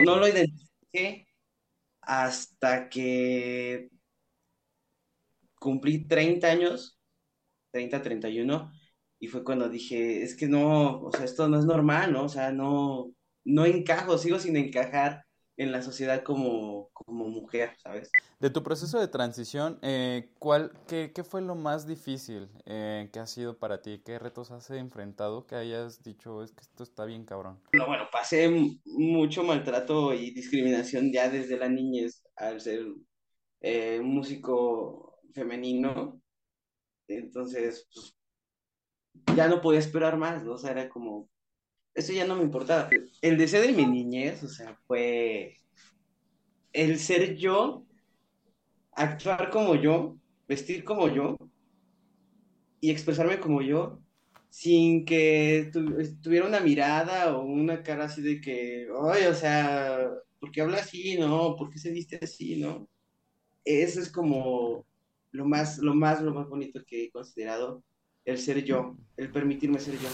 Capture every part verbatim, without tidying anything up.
no lo identifiqué hasta que cumplí treinta años, treinta, treinta y uno, y fue cuando dije, es que no, o sea, esto no es normal, ¿no? O sea, no, no encajo, sigo sin encajar en la sociedad como, como mujer, ¿sabes? De tu proceso de transición, eh, ¿cuál, qué, qué fue lo más difícil eh, que ha sido para ti? ¿Qué retos has enfrentado que hayas dicho, es que esto está bien cabrón? No, bueno, pasé m- mucho maltrato y discriminación ya desde la niñez al ser eh, un músico femenino, entonces pues, ya no podía esperar más, ¿no? O sea, era como, eso ya no me importaba. El deseo de mi niñez, o sea, fue el ser yo, actuar como yo, vestir como yo y expresarme como yo, sin que tu- tuviera una mirada o una cara así de que, ay, o sea, ¿por qué habla así, no? ¿Por qué se viste así, no? Eso es como lo más, lo más, lo más bonito que he considerado, el ser yo, el permitirme ser yo.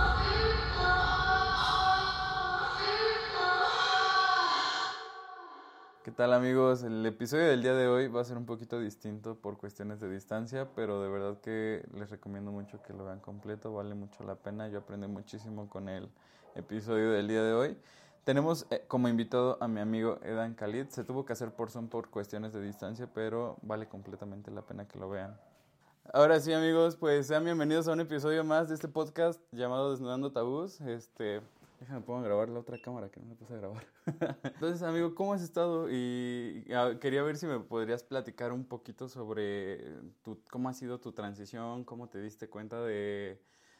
¿Qué tal amigos? El episodio del día de hoy va a ser un poquito distinto por cuestiones de distancia, pero de verdad que les recomiendo mucho que lo vean completo, vale mucho la pena, yo aprendí muchísimo con el episodio del día de hoy. Tenemos eh, como invitado a mi amigo Edan Khalid, se tuvo que hacer por Zoom por cuestiones de distancia, pero vale completamente la pena que lo vean. Ahora sí amigos, pues sean bienvenidos a un episodio más de este podcast llamado Desnudando Tabús. Este, déjame pongo a grabar la otra cámara que no me puse a grabar. Entonces, amigo, ¿cómo has estado? Y ah, quería ver si me podrías platicar un poquito sobre tu, cómo ha sido tu transición, cómo te diste cuenta de,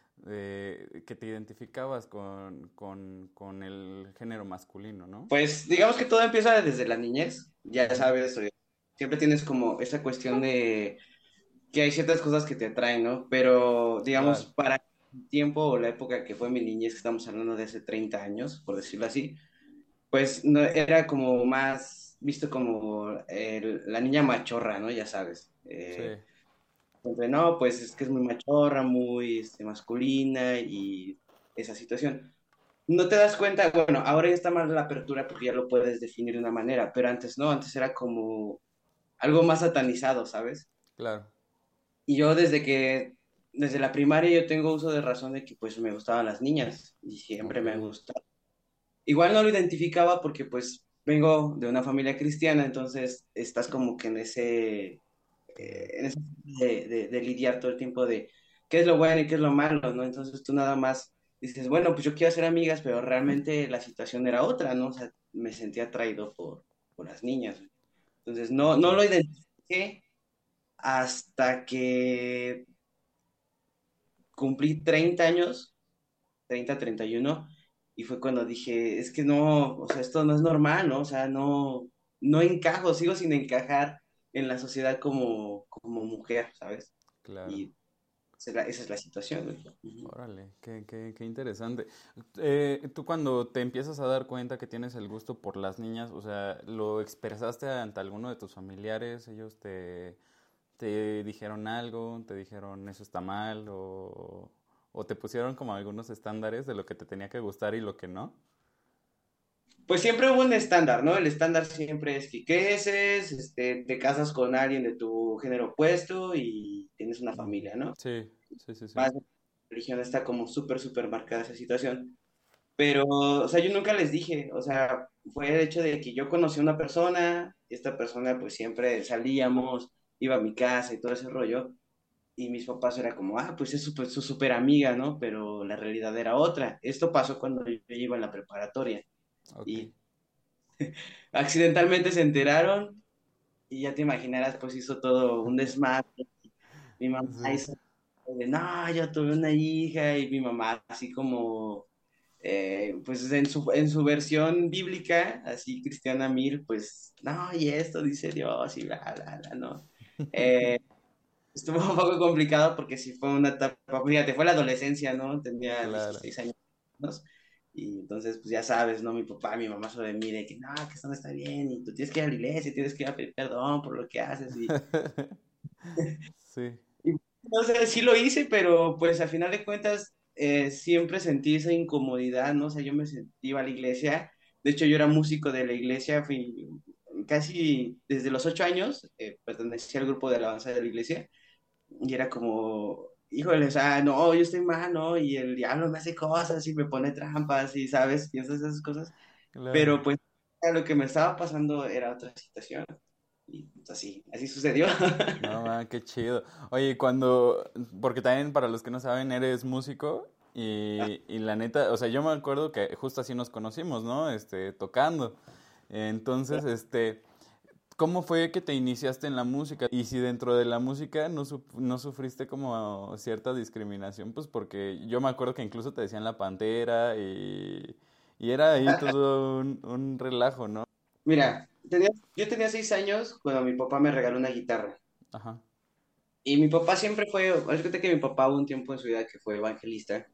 de que te identificabas con, con, con el género masculino, ¿no? Pues digamos que todo empieza desde la niñez, ya Ujú. sabes, eh, siempre tienes como esa cuestión de que hay ciertas cosas que te atraen, ¿no? Pero Claro. digamos, para el tiempo o la época que fue mi niñez, que estamos hablando de hace treinta años, por decirlo así, pues no, era como más visto como el- la niña machorra, ¿no? Ya sabes. Sí, Eh, entonces, no, pues es que es muy machorra, muy este, masculina y esa situación. No te das cuenta, bueno, ahora ya está más la apertura porque ya lo puedes definir de una manera, pero antes no, antes era como algo más satanizado, ¿sabes? claro. Y yo desde que, desde la primaria yo tengo uso de razón de que pues me gustaban las niñas y siempre Ok. me han gustado. Igual no lo identificaba porque pues vengo de una familia cristiana, entonces estás como que en ese, eh, en ese de, de, de lidiar todo el tiempo de qué es lo bueno y qué es lo malo, ¿no? Entonces tú nada más dices, bueno, pues yo quiero hacer amigas, pero realmente la situación era otra, ¿no? O sea, me sentía atraído por, por las niñas. Entonces no, Ok. no lo identifiqué hasta que cumplí treinta años, treinta, treinta y uno, y fue cuando dije, es que no, o sea, esto no es normal, ¿no? O sea, no, no encajo, sigo sin encajar en la sociedad como, como mujer, ¿sabes? Claro. Y esa es la, esa es la situación, güey. Ujú. Órale, qué, qué, qué interesante. Eh, tú cuando te empiezas a dar cuenta que tienes el gusto por las niñas, o sea, ¿lo expresaste ante alguno de tus familiares? ¿Ellos te, te dijeron algo? ¿Te dijeron eso está mal? ¿O, o te pusieron como algunos estándares de lo que te tenía que gustar y lo que no? Pues siempre hubo un estándar, ¿no? El estándar siempre es que creces, este, te casas con alguien de tu género opuesto y tienes una Ujú. familia, ¿no? Sí, sí, sí, sí. Más religión está como súper, súper marcada esa situación. Pero, o sea, yo nunca les dije, o sea, fue el hecho de que yo conocí a una persona, y esta persona pues siempre salíamos, iba a mi casa y todo ese rollo, y mis papás era como, ah, pues es súper- su súper amiga, ¿no? Pero la realidad era otra. Esto pasó cuando yo iba en la preparatoria, Ok. y accidentalmente se enteraron, y ya te imaginarás, pues hizo todo un desmadre. Mi mamá Sí. hizo, de, no, yo tuve una hija, y mi mamá así como eh, pues en su, en su versión bíblica, así cristiana mil, pues, no, y esto dice Dios, y bla, bla, bla, ¿no? Eh, estuvo un poco complicado porque sí fue una etapa, fíjate, fue la adolescencia, ¿no? Tenía Claro. dieciséis años, y entonces, pues ya sabes, ¿no? Mi papá, mi mamá sobre mí, de que no, que esto no está bien, y tú tienes que ir a la iglesia, tienes que ir a pedir perdón por lo que haces, y, Sí, y no sé, sí lo hice, pero pues al final de cuentas, eh, siempre sentí esa incomodidad, ¿no? O sea, yo me sentí, iba a la iglesia De hecho, yo era músico de la iglesia, fui casi desde los ocho años, eh, pertenecía al grupo de alabanza de la iglesia, y era como, híjole, o sea, no, yo estoy mal, ¿no? Y el diablo me hace cosas y me pone trampas y, ¿sabes? Piensas esas cosas. Claro. Pero pues lo que me estaba pasando era otra situación. Y pues, así, así sucedió. No, man, qué chido. Oye, cuando, porque también para los que no saben, eres músico y, y la neta, o sea, yo me acuerdo que justo así nos conocimos, ¿no? Este, tocando. Entonces, este, ¿cómo fue que te iniciaste en la música? Y si dentro de la música no, su- no sufriste como cierta discriminación, pues porque yo me acuerdo que incluso te decían la pantera y, y era ahí todo un, un relajo, ¿no? Mira, tenía, yo tenía seis años cuando mi papá me regaló una guitarra. Ajá. Y mi papá siempre fue, haz de cuenta que mi papá hubo un tiempo en su vida que fue evangelista.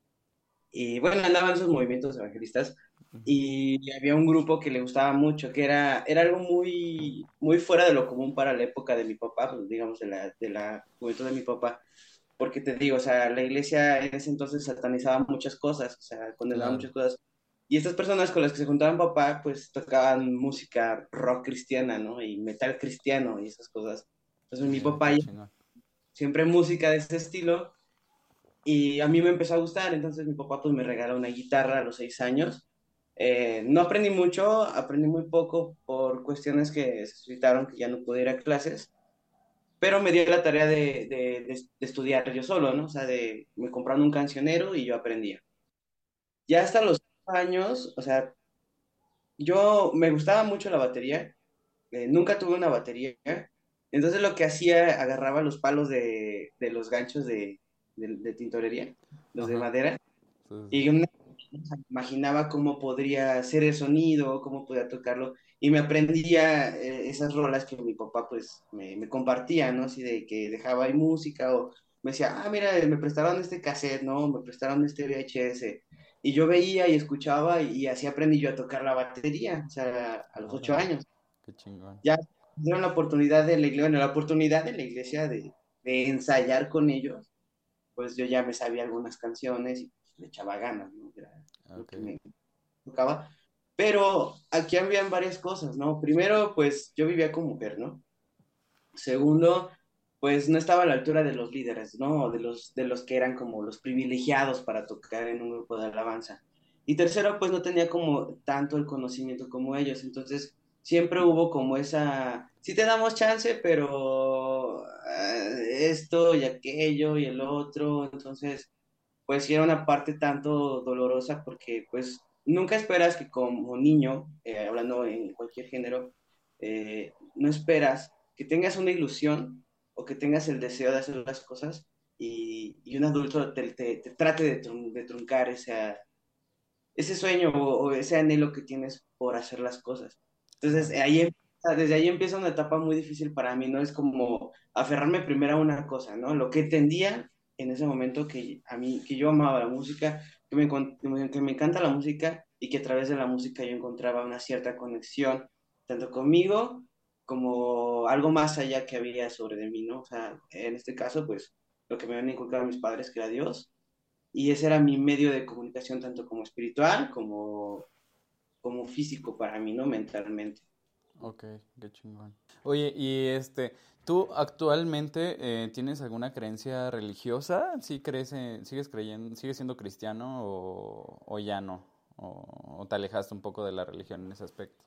Y bueno, andaba en esos movimientos evangelistas. Y había un grupo que le gustaba mucho, que era, era algo muy, muy fuera de lo común para la época de mi papá, pues, digamos, de la, de la juventud de mi papá. Porque te digo, o sea, la iglesia en ese entonces satanizaba muchas cosas, o sea, condenaba Claro. muchas cosas. Y estas personas con las que se juntaban papá, pues tocaban música rock cristiana, ¿no? Y metal cristiano y esas cosas. Entonces mi Mira, papá qué ya- chingón. siempre música de ese estilo y a mí me empezó a gustar, entonces mi papá pues me regaló una guitarra a los seis años. Eh, no aprendí mucho, aprendí muy poco por cuestiones que se suscitaron que ya no pude ir a clases, pero me dio la tarea de, de, de, de estudiar yo solo, ¿no? O sea, de, me compraron un cancionero y yo aprendía. Ya hasta los años, o sea, yo me gustaba mucho la batería, eh, nunca tuve una batería, entonces lo que hacía, agarraba los palos de, de los ganchos de, de, de tintorería, los de Ajá. madera, Sí, sí, sí. y una- imaginaba cómo podría ser el sonido, cómo podía tocarlo, y me aprendía eh, esas rolas que mi papá pues me, me compartía, ¿no? Así de que dejaba ahí música o me decía, ah, mira, me prestaron este cassette, ¿no? Me prestaron este V H S. Y yo veía y escuchaba y, y así aprendí yo a tocar la batería, o sea, a los ocho Órale, años. qué chingón. Ya me dieron la oportunidad de la iglesia, bueno, la oportunidad de la iglesia de, de ensayar con ellos, pues yo ya me sabía algunas canciones y pues, le echaba ganas, ¿no? Era lo Ok. que me tocaba. Pero aquí habían varias cosas, ¿no? Primero, pues yo vivía con mujer, ¿no? Segundo, pues no estaba a la altura de los líderes, ¿no? De los, de los que eran como los privilegiados para tocar en un grupo de alabanza. Y tercero, pues no tenía como tanto el conocimiento como ellos. Entonces, siempre hubo como esa, sí te damos chance, pero eh, esto y aquello y el otro. Entonces, pues sí era una parte tanto dolorosa porque pues nunca esperas que como niño, eh, hablando en cualquier género, eh, no esperas que tengas una ilusión o que tengas el deseo de hacer las cosas y, y un adulto te, te, te trate de, trun, de, truncar ese, ese sueño o, o, ese anhelo que tienes por hacer las cosas. Entonces, Claro. ahí, desde ahí empieza una etapa muy difícil para mí, ¿no? Es como aferrarme primero a una cosa, ¿no? Lo que entendía en ese momento que a mí, que yo amaba la música, que me, que me encanta la música y que a través de la música yo encontraba una cierta conexión, tanto conmigo como algo más allá que había sobre de mí, ¿no? O sea, en este caso, pues, lo que me habían inculcado mis padres, que era Dios, y ese era mi medio de comunicación tanto como espiritual como, como físico para mí, ¿no? Mentalmente. Ok, qué chingón. Oye, y este, ¿tú actualmente eh, tienes alguna creencia religiosa? ¿Sí crees en- sigues creyendo, sigues siendo cristiano o, o ya no? O, ¿O te alejaste un poco de la religión en ese aspecto?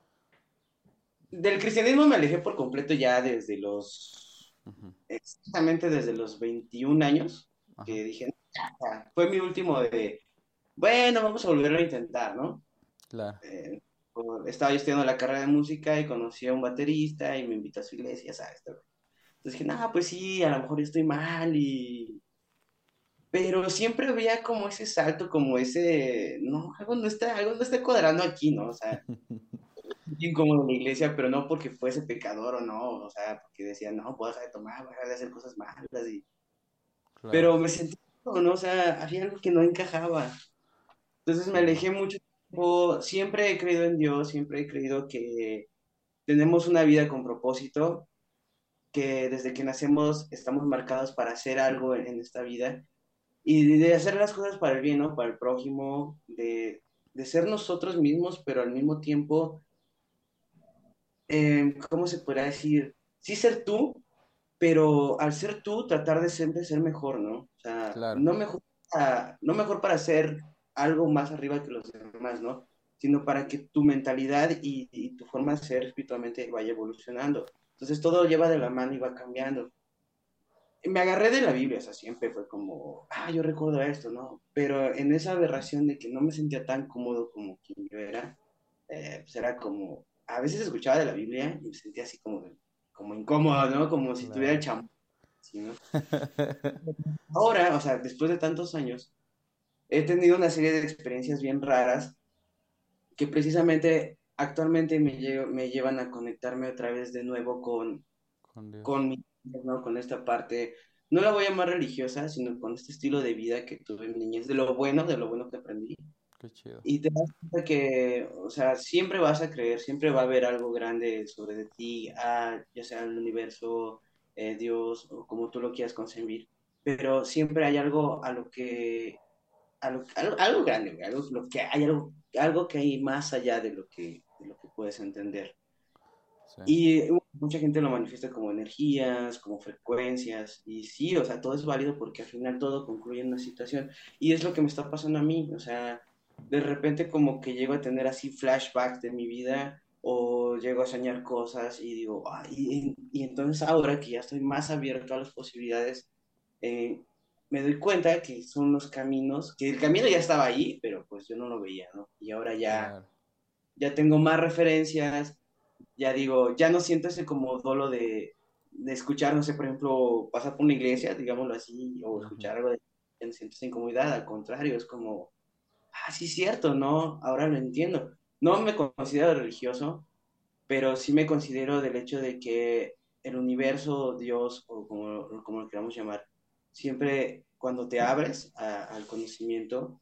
Del cristianismo me alejé por completo ya desde los, Ujú. exactamente desde los veintiún años, Ajá, que dije, "Ah", fue mi último de, bueno, vamos a volverlo a intentar, ¿no? claro. Eh, por- estaba yo estudiando la carrera de música y conocí a un baterista y me invitó a su iglesia, ¿sabes? Entonces dije, no, pues sí, a lo mejor yo estoy mal y pero siempre había como ese salto, como ese, no, algo no está, algo no está cuadrando aquí, ¿no? O sea, bien incómodo en la iglesia, pero no porque fuese pecador o no, o sea, porque decía, no, puedo dejar de tomar, voy a dejar de hacer cosas malas, y... Claro. pero me sentí, ¿no? O sea, había algo que no encajaba. Entonces me Sí, man. alejé mucho tiempo, siempre he creído en Dios, siempre he creído que tenemos una vida con propósito, que desde que nacemos estamos marcados para hacer algo en, en esta vida y de hacer las cosas para el bien, ¿no? Para el prójimo, de, de ser nosotros mismos, pero al mismo tiempo, eh, ¿cómo se podrá decir? Sí ser tú, pero al ser tú, tratar de siempre ser mejor, ¿no? O sea, Claro, no mejor, para- no mejor para ser algo más arriba que los demás, ¿no? Sino para que tu mentalidad y, y tu forma de ser espiritualmente vaya evolucionando. Entonces todo lleva de la mano y va cambiando. Me agarré de la Biblia, o sea, siempre fue como, ah, yo recuerdo esto, ¿no? Pero en esa aberración de que no me sentía tan cómodo como quien yo era, eh, pues era como, a veces escuchaba de la Biblia y me sentía así como, como incómodo, ¿no? Como si tuviera el claro. champú, ¿no? Ahora, o sea, después de tantos años, he tenido una serie de experiencias bien raras que precisamente actualmente me, lle- me llevan a conectarme otra vez de nuevo con, Con Dios. con mi, ¿no? Con esta parte, no la voy a llamar religiosa, sino con este estilo de vida que tuve en mi niñez, de lo bueno, de lo bueno que aprendí. Qué chido. Y te das cuenta que, o sea, siempre vas a creer, siempre va a haber algo grande sobre de ti, ah, ya sea el universo, eh, Dios, o como tú lo quieras concebir, pero siempre hay algo a lo que, a lo, algo, algo grande, güey, algo, lo que hay algo, algo que hay más allá de lo que, de lo que puedes entender. Sí, Y uh, mucha gente lo manifiesta como energías, como frecuencias, y sí, o sea, todo es válido porque al final todo concluye en una situación. Y es lo que me está pasando a mí, o sea, de repente como que llego a tener así flashbacks de mi vida o llego a soñar cosas y digo, ah, y, y entonces ahora que ya estoy más abierto a las posibilidades, eh, me doy cuenta que son los caminos, que el camino ya estaba ahí, pero pues yo no lo veía, ¿no? Y ahora ya, claro. ya tengo más referencias, ya digo, ya no siento ese como dolo de, de escuchar, no sé, por ejemplo, pasar por una iglesia, digámoslo así, o Ujú. escuchar algo de, ya no siento esa incomodidad, al contrario, es como, ah, sí, cierto, ¿no? Ahora lo entiendo. No me considero religioso, pero sí me considero del hecho de que el universo, Dios, o como, como lo queramos llamar, siempre cuando te abres a- al conocimiento,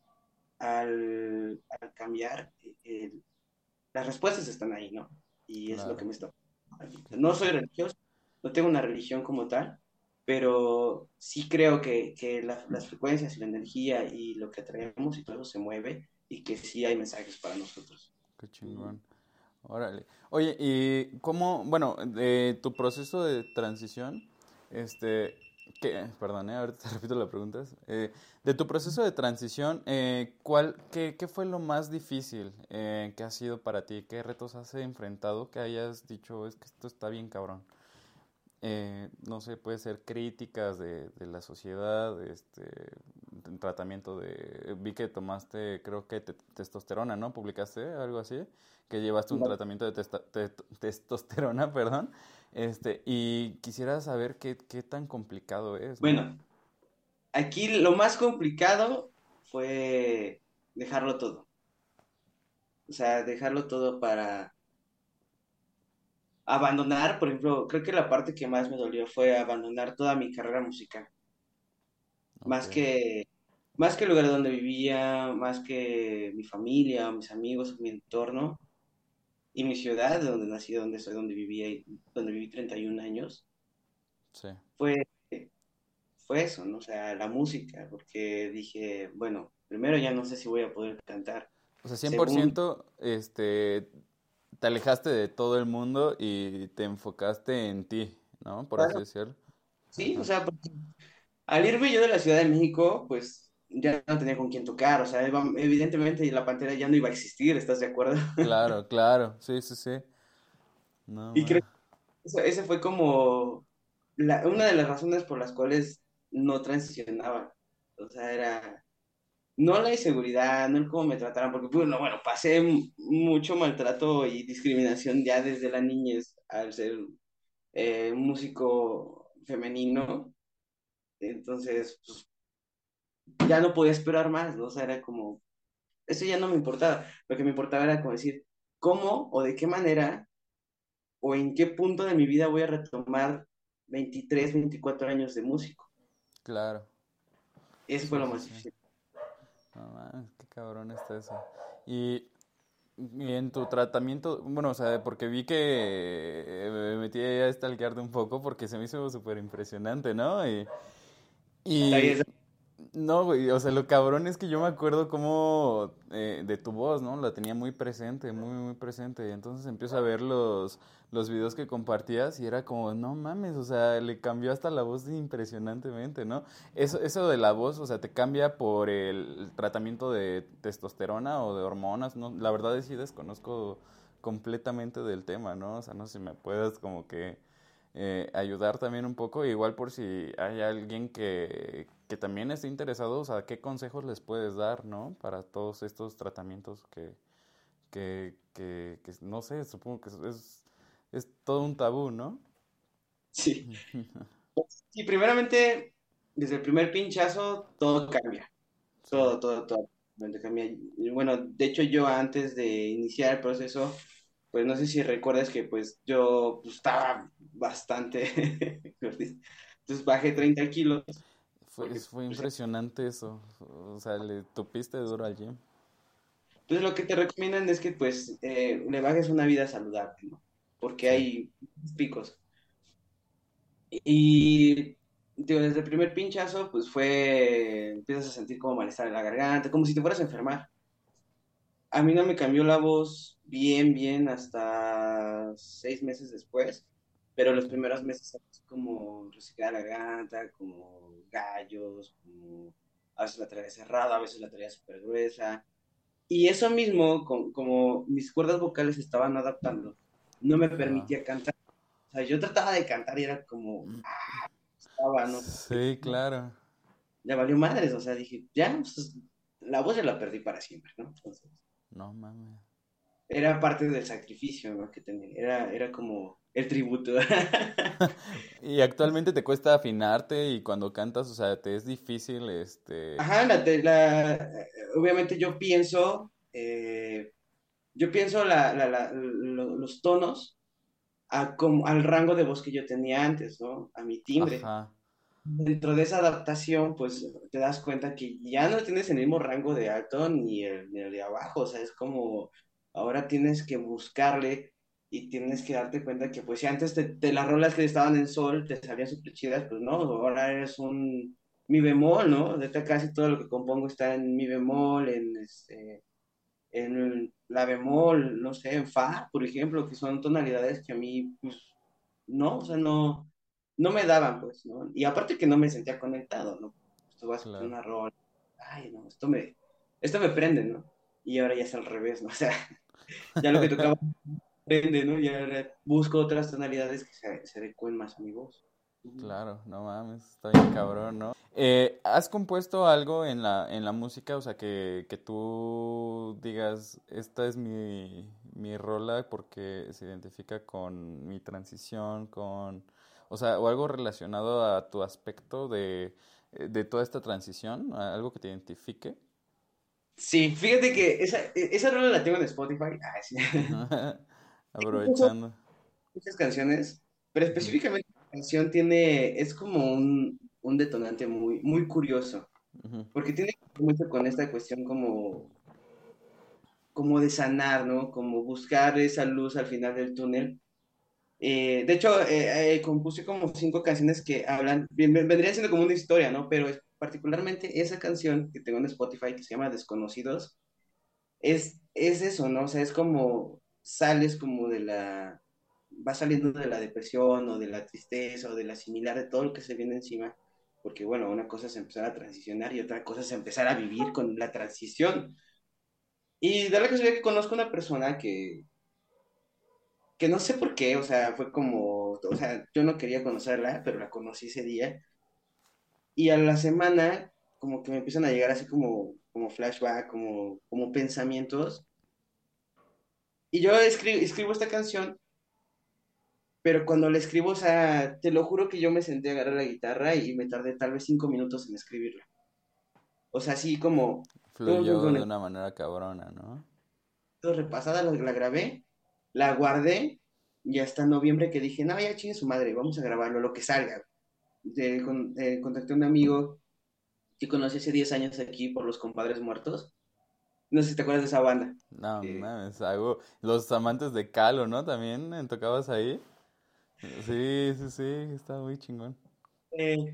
al, al cambiar, el, las respuestas están ahí, ¿no? Y es lo que Claro. me está... Qué No soy chido. religioso, no tengo una religión como tal, pero sí creo que, que la, las frecuencias y la energía y lo que atraemos y todo eso se mueve y que sí hay mensajes para nosotros. Qué chingón. Órale. Oye, ¿y cómo, bueno, de tu proceso de transición, este, que, perdón, eh, ahorita te repito la pregunta, eh, de tu proceso de transición, eh, ¿cuál, qué, qué fue lo más difícil eh, que ha sido para ti? ¿Qué retos has enfrentado que hayas dicho, es que esto está bien cabrón? Eh, no sé, puede ser críticas de, de la sociedad, este, un tratamiento de... Vi que tomaste, creo que te- testosterona, ¿no? ¿Publicaste algo así? Que llevaste un tratamiento de testa- te- testosterona, perdón. Este, y quisiera saber qué, qué tan complicado es, ¿no? Bueno, aquí lo más complicado fue dejarlo todo. O sea, dejarlo todo para abandonar, por ejemplo, creo que la parte que más me dolió fue abandonar toda mi carrera musical. Ok, Más que, más que el lugar donde vivía, más que mi familia, mis amigos, mi entorno y mi ciudad, de donde nací, donde soy, donde vivía, y- donde viví treinta y un años, sí. fue, fue eso, ¿no? O sea, la música, porque dije, bueno, primero ya no sé si voy a poder cantar. O sea, cien por Segundo, ciento este, te alejaste de todo el mundo y te enfocaste en ti, ¿no? Por así claro, decirlo. sí, o Ajá. sea, porque al irme yo de la Ciudad de México, pues ya no tenía con quién tocar, o sea, iba- evidentemente la Pantera ya no iba a existir, ¿estás de acuerdo? Claro, claro, sí, sí, sí. No, Y creo ma. que eso- ese fue como la, una de las razones por las cuales no transicionaba. O sea, era no la inseguridad, no el cómo me trataran, porque bueno, bueno, pasé m- mucho maltrato y discriminación ya desde la niñez al ser eh, un músico femenino. Entonces, pues, ya no podía esperar más, ¿no? O sea, era como, eso ya no me importaba. Lo que me importaba era como decir, ¿cómo o de qué manera o en qué punto de mi vida voy a retomar veintitrés veinticuatro años de músico? Claro. Eso fue Sí, lo sí, más sí. difícil. No mames, qué cabrón está eso. Y, y en tu tratamiento, bueno, o sea, porque vi que eh, me metí a stalkearte un poco porque se me hizo súper impresionante, ¿no? Y, Está y bien. No, güey, o sea, lo cabrón es que yo me acuerdo como eh, de tu voz, ¿no? La tenía muy presente, muy, muy presente. Y entonces empiezo a ver los, los videos que compartías y era como, no mames, o sea, le cambió hasta la voz impresionantemente, ¿no? Eso, eso de la voz, o sea, te cambia por el tratamiento de testosterona o de hormonas, ¿no? La verdad es que sí desconozco completamente del tema, ¿no? O sea, no sé si me puedes como que eh, ayudar también un poco, igual por si hay alguien que, que también esté interesado, o sea, qué consejos les puedes dar, ¿no? Para todos estos tratamientos que, que, que, que no sé, supongo que es, es, es todo un tabú, ¿no? Sí. Sí, primeramente, desde el primer pinchazo, todo cambia. Sí. Todo, todo, todo. Realmente cambia. Y bueno, de hecho, yo antes de iniciar el proceso, pues no sé si recuerdas que pues yo pues, estaba bastante gordito. Entonces bajé treinta kilos, Fue, porque es- fue pues, impresionante eso, o sea, le tupiste duro al gym. entonces lo que te recomiendan es que pues eh, le bajes una vida saludable, ¿no? Porque Sí, hay picos. Y digo, desde el primer pinchazo, pues fue, empiezas a sentir como malestar en la garganta, como si te fueras a enfermar. A mí no me cambió la voz bien, bien hasta seis meses después, pero los ok. primeros meses era así como resecada la garganta, como gallos, como a veces la traía cerrada, a veces la traía súper gruesa. Y eso mismo, con- como mis cuerdas vocales se estaban adaptando, no me Ajá. permitía cantar. O sea, yo trataba de cantar y era como, estaba, ¿no? Sí, claro. Ya valió madres, o sea, dije, ya, pues, la voz ya la perdí para siempre, ¿no? Entonces, No mames. era parte del sacrificio, ¿no? Que tenía, era, era como el tributo. Y actualmente te cuesta afinarte y cuando cantas, o sea, te es difícil, este... Ajá, la, te- la- eh, obviamente yo pienso, eh, yo pienso la, la- la- lo- los tonos a como, al rango de voz que yo tenía antes, ¿no? A mi timbre. Ajá, Dentro de esa adaptación, pues te das cuenta que ya no tienes el mismo rango de alto ni el, ni el de abajo, o sea, es como ahora tienes que buscarle y tienes que darte cuenta que pues si antes de, de las rolas que estaban en sol te salían súper chidas, pues no, ahora eres un mi bemol, ¿no? Ahorita casi todo lo que compongo está en mi bemol, en este, en la bemol, no sé, en fa, por ejemplo, que son tonalidades que a mí, pues, no, o sea, no, no me daban, pues, ¿no? Y aparte que no me sentía conectado, ¿no? Pues, tú vas a escuchar claro. una rola, ay, no, esto me, esto me prende, ¿no? Y ahora ya es al revés, ¿no? O sea, ya lo que tocaba me prende, ¿no? Y ahora busco otras tonalidades que se, se adecúen más a mi voz. Ujú. Claro, no mames, está bien cabrón, ¿no? Eh, ¿has compuesto algo en la, en la música? O sea, que, que tú digas, esta es mi, mi rola porque se identifica con mi transición, con... O sea, o algo relacionado a tu aspecto de, de toda esta transición, algo que te identifique. Sí, fíjate que esa, esa rola la tengo en Spotify. Ay, sí. Aprovechando. Muchas canciones, pero Ujú, específicamente la canción tiene, es como un, un detonante muy, muy curioso, ujú. porque tiene que ver mucho con esta cuestión como, como de sanar, ¿no? Como buscar esa luz al final del túnel. Eh, de hecho, eh, eh, compuse como cinco canciones que hablan, bien, ven- vendrían siendo como una historia, ¿no? Pero es- particularmente esa canción que tengo en Spotify que se llama Desconocidos, es, es eso, ¿no? O sea, es como sales como de la, vas saliendo de la depresión o de la tristeza o de la similar de todo lo que se viene encima, porque bueno, una cosa es empezar a transicionar y otra cosa es empezar a vivir con la transición. Y da la casualidad que conozco una persona que, que no sé por qué, o sea, fue como, o sea, yo no quería conocerla, pero la conocí ese día y a la semana como que me empiezan a llegar así como, como flashback, como, como pensamientos. Y yo escribo, escribo esta canción, pero cuando la escribo, o sea, te lo juro que yo me senté a agarrar la guitarra y me tardé tal vez cinco minutos en escribirla. O sea, así como, tum, tum, Fluyó tum, de una manera cabrona, ¿no? todo repasada, la, la grabé, la guardé y hasta noviembre que dije, no, ya chingue su madre, vamos a grabarlo, lo que salga. De, con, eh, contacté a un amigo que conocí hace diez años aquí por Los Compadres Muertos. No sé si te acuerdas de esa banda. No Eh, mames, algo. Los amantes de Calo, ¿no? También eh, tocabas ahí. Sí, sí, sí, está muy chingón. eh,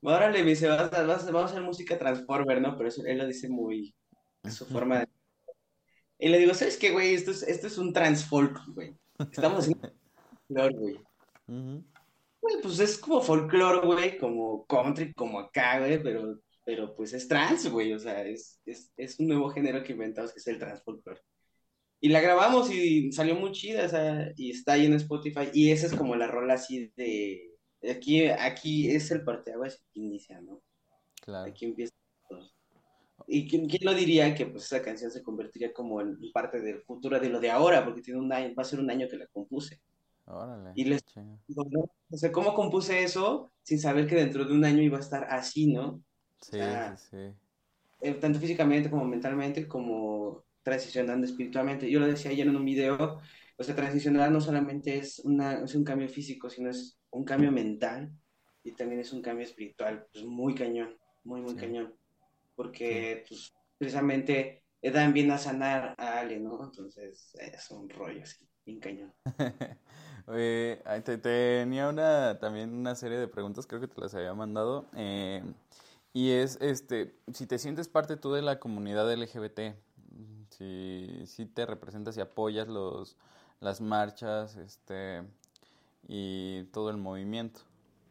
órale, me dice, vas a- vas a- vamos a hacer música Transformer, ¿no? Pero eso, él lo dice muy, a su forma de... Y le digo, ¿sabes qué, güey? Esto es, esto es un transfolk, güey. Estamos haciendo folclore, güey. Ujú, Güey, pues es como folclore, güey, como country, como acá, güey, pero, pero pues es trans, güey, o sea, es, es, es un nuevo género que inventamos que es el trans folclore. Y la grabamos y salió muy chida, o sea, y está ahí en Spotify, y esa es como la rola así de, de aquí, aquí es el parteaguas que inicia, ¿no? claro. Aquí empieza todo. Y quién, quién lo diría que pues esa canción se convertiría como en parte del futuro de lo de ahora, porque tiene un año, va a ser un año que la compuse. Órale, Y qué les chingo. digo, ¿no? O sea, ¿cómo compuse eso sin saber que dentro de un año iba a estar así, ¿no? O Sí, sí, sea, sí. eh, tanto físicamente como mentalmente, como transicionando espiritualmente. Yo lo decía ayer en un video, o sea, transicionar no solamente es, una, es un cambio físico, sino es un cambio mental y también es un cambio espiritual, pues muy cañón, muy, muy Sí, cañón, sí. porque pues precisamente eh, dan bien a sanar a alguien, ¿no? Entonces es un rollo así, bien cañón. Oye, ay, te, tenía una, también una serie de preguntas, creo que te las había mandado. eh, y es, este, si te sientes parte tú de la comunidad L G B T, si, si te representas y apoyas los, las marchas, este, y todo el movimiento.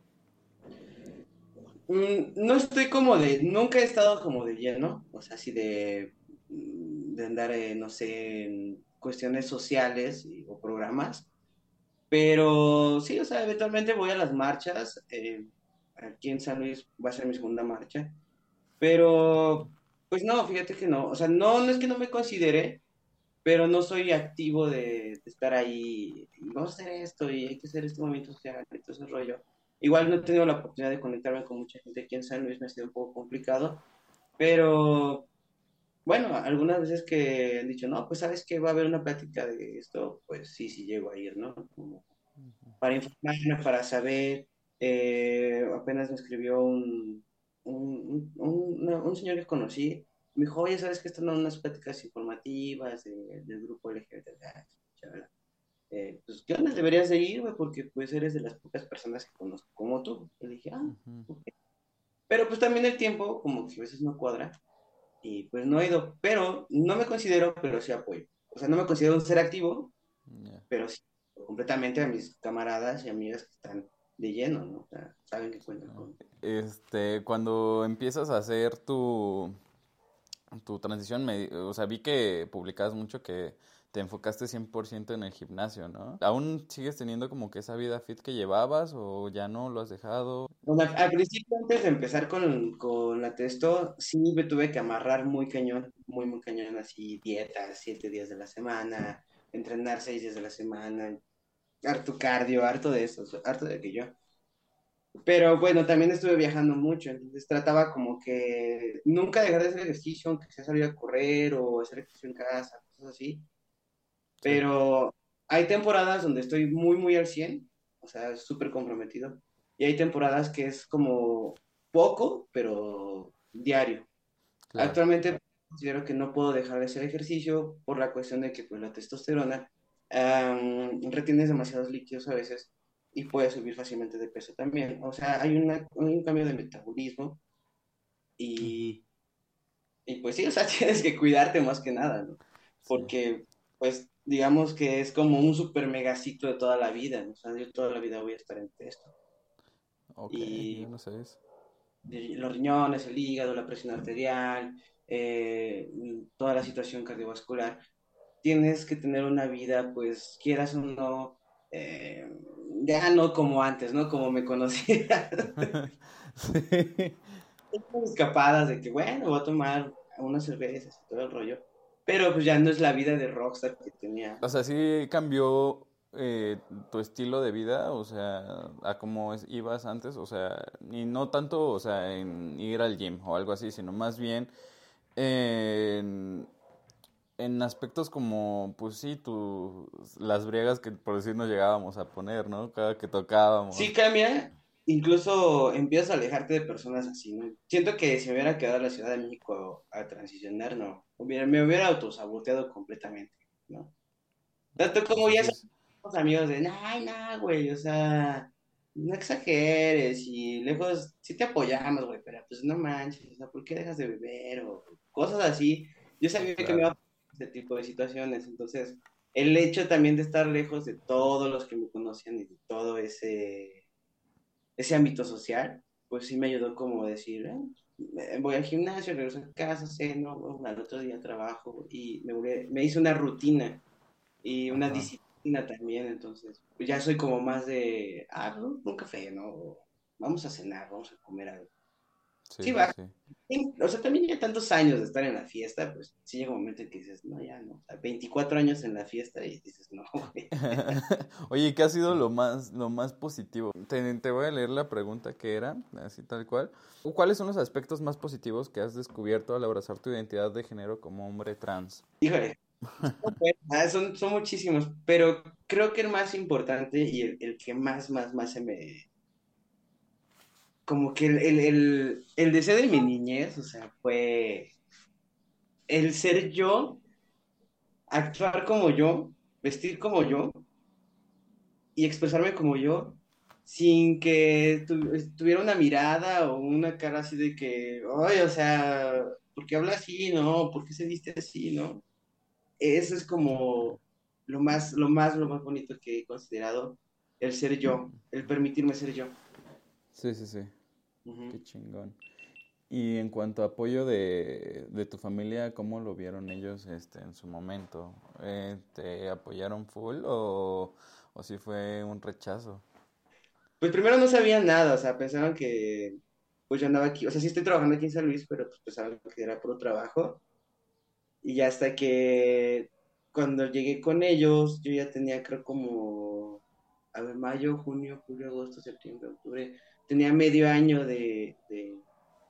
Mm, no estoy como de, nunca he estado como de lleno, o sea, así de, mm, de andar, eh, no sé, en cuestiones sociales y- o programas, pero sí, o sea, eventualmente voy a las marchas, eh, aquí en San Luis va a ser mi segunda marcha, pero pues no, fíjate que no, o sea, no, no es que no me considere, pero no soy activo de, de estar ahí, y vamos a hacer esto y hay que hacer este movimiento social y todo ese rollo. Igual no he tenido la oportunidad de conectarme con mucha gente aquí en San Luis, me ha sido un poco complicado, pero bueno, algunas veces que han dicho, no, pues sabes que va a haber una plática de esto, pues sí, sí llego a ir, ¿no? Como para informarme, para saber, eh, apenas me escribió un, un, un, una- un señor que conocí, me dijo, oye, ¿sabes que están dando unas pláticas informativas de- del grupo L G B T? Ah, chévere. Eh, pues, ¿qué onda? Deberías de ir, güey, porque pues eres de las pocas personas que conozco como tú. Y le dije, ah, Ujú, ok. Pero pues también el tiempo, como que a veces no cuadra, y pues no he ido, pero no me considero, pero sí apoyo. O sea, no me considero un ser activo, ya. pero sí, completamente a mis camaradas y amigas que están de lleno, ¿no? O sea, saben que cuentan con... Este, cuando empiezas a hacer tu, tu transición, me, o sea, vi que publicabas mucho que te enfocaste cien por ciento en el gimnasio, ¿no? ¿Aún sigues teniendo como que esa vida fit que llevabas o ya no lo has dejado? Bueno, al Sí. al principio, antes de empezar con, con la testo, sí me tuve que amarrar muy cañón, muy, muy cañón, así, dieta, siete días de la semana, entrenar seis días de la semana, harto cardio, harto de eso, harto de aquello. Pero bueno, también estuve viajando mucho, entonces trataba como que nunca dejar de hacer ejercicio, aunque sea salir a correr o hacer ejercicio en casa, cosas así. Sí, Pero hay temporadas donde estoy muy, muy al cien, o sea, súper comprometido. Y hay temporadas que es como poco, pero diario. claro, Actualmente considero que no puedo dejar de hacer ejercicio por la cuestión de que pues, la testosterona am, retienes demasiados líquidos a veces y puede subir fácilmente de peso también. O sea, hay, una, hay un cambio de metabolismo ujú, y, y pues sí, o sea, tienes que cuidarte más que nada, ¿no? sí, Porque pues digamos que es como un super mega ciclo de toda la vida, ¿no? O sea, yo toda la vida voy a estar entre esto. ok, yo Y no sé eso. de- los riñones, el hígado, la presión arterial, eh, toda la situación cardiovascular, tienes que tener una vida, pues quieras o no, eh, ya no como antes, ¿no? Como me conocía, Sí. escapadas de que, bueno, voy a tomar unas cervezas y todo el rollo, pero pues ya no es la vida de rockstar que tenía. O sea, sí cambió eh, tu estilo de vida, o sea, a cómo es- ibas antes, o sea, y no tanto, o sea, en ir al gym o algo así, sino más bien en, en aspectos como, pues sí, tu, las briegas que por decir nos llegábamos a poner, ¿no? Cada que tocábamos. Sí cambia, incluso empiezas a alejarte de personas así, ¿no? Siento que si me hubiera quedado en la Ciudad de México a transicionar, no, hubiera, me hubiera autosaboteado completamente, ¿no? Tanto O como sea, ya sí es... somos amigos de, ay, no, güey, o sea, no exageres y lejos, sí te apoyamos, güey, pero pues no manches, o sea, ¿por qué dejas de beber? O cosas así. Yo sabía que me iba a Claro. pasar este tipo de situaciones, entonces el hecho también de estar lejos de todos los que me conocían y de todo ese, ese ámbito social, pues sí me ayudó como decir, "Ah, me- voy al gimnasio, regreso a casa, ceno, al otro día trabajo y me, volví- me hice una rutina y una Ajá. disciplina también, entonces pues ya soy como más de, ah, un, un café, ¿no? Vamos a cenar, vamos a comer algo. Sí, Sí, sí, va. sí. Sí, o sea, también ya tantos años de estar en la fiesta, pues sí llega un momento en que dices, no, ya no. O sea, veinticuatro años en la fiesta y dices, no, güey. Oye, ¿qué ha sido lo más, lo más positivo? Te, te voy a leer la pregunta que era, así tal cual. ¿Cuáles son los aspectos más positivos que has descubierto al abrazar tu identidad de género como hombre trans? Híjole, no, pues, ah, son, son muchísimos, pero creo que el más importante y el, el que más, más, más se me... Como que el, el, el, el deseo de mi niñez, o sea, fue el ser yo, actuar como yo, vestir como yo y expresarme como yo, sin que tu- tuviera una mirada o una cara así de que, ay, o sea, ¿por qué habla así, no? ¿Por qué se viste así, no? Eso es como lo más, lo más, lo más bonito que he considerado, el ser yo, el permitirme ser yo. Sí, sí, sí. Ujú. Qué chingón. Y en cuanto a apoyo de, de tu familia, ¿cómo lo vieron ellos este, en su momento? Eh, ¿te apoyaron full o, o si fue un rechazo? Pues primero no sabían nada, o sea, pensaban que pues yo andaba aquí, o sea, sí estoy trabajando aquí en San Luis, pero pues pensaban que era puro trabajo. Y ya hasta que cuando llegué con ellos, yo ya tenía creo como, a ver, mayo, junio, julio, agosto, septiembre, octubre, tenía medio año de, de,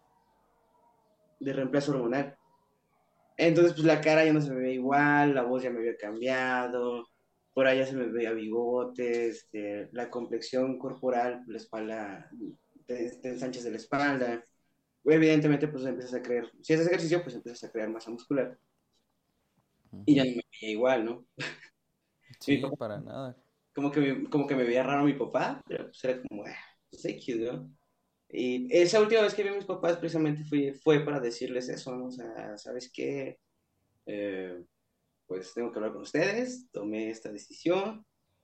de reemplazo hormonal. Entonces, pues la cara ya no se me veía igual, la voz ya me había cambiado, por allá se me veía bigotes, este, la complexión corporal, la espalda, te, te ensanchas de la espalda. Evidentemente, pues empiezas a creer, si haces ejercicio, pues empiezas a crear masa muscular. Y ya Ujú. no me veía igual, ¿no? Mi Sí, papá para nada. como que, me, como que me veía raro mi papá, pero pues era como, ah, pues X, ¿no? Y esa última vez que vi a mis papás precisamente fui, fue para decirles eso, ¿no? O sea, ¿sabes qué? Eh, pues tengo que hablar con ustedes, tomé esta decisión.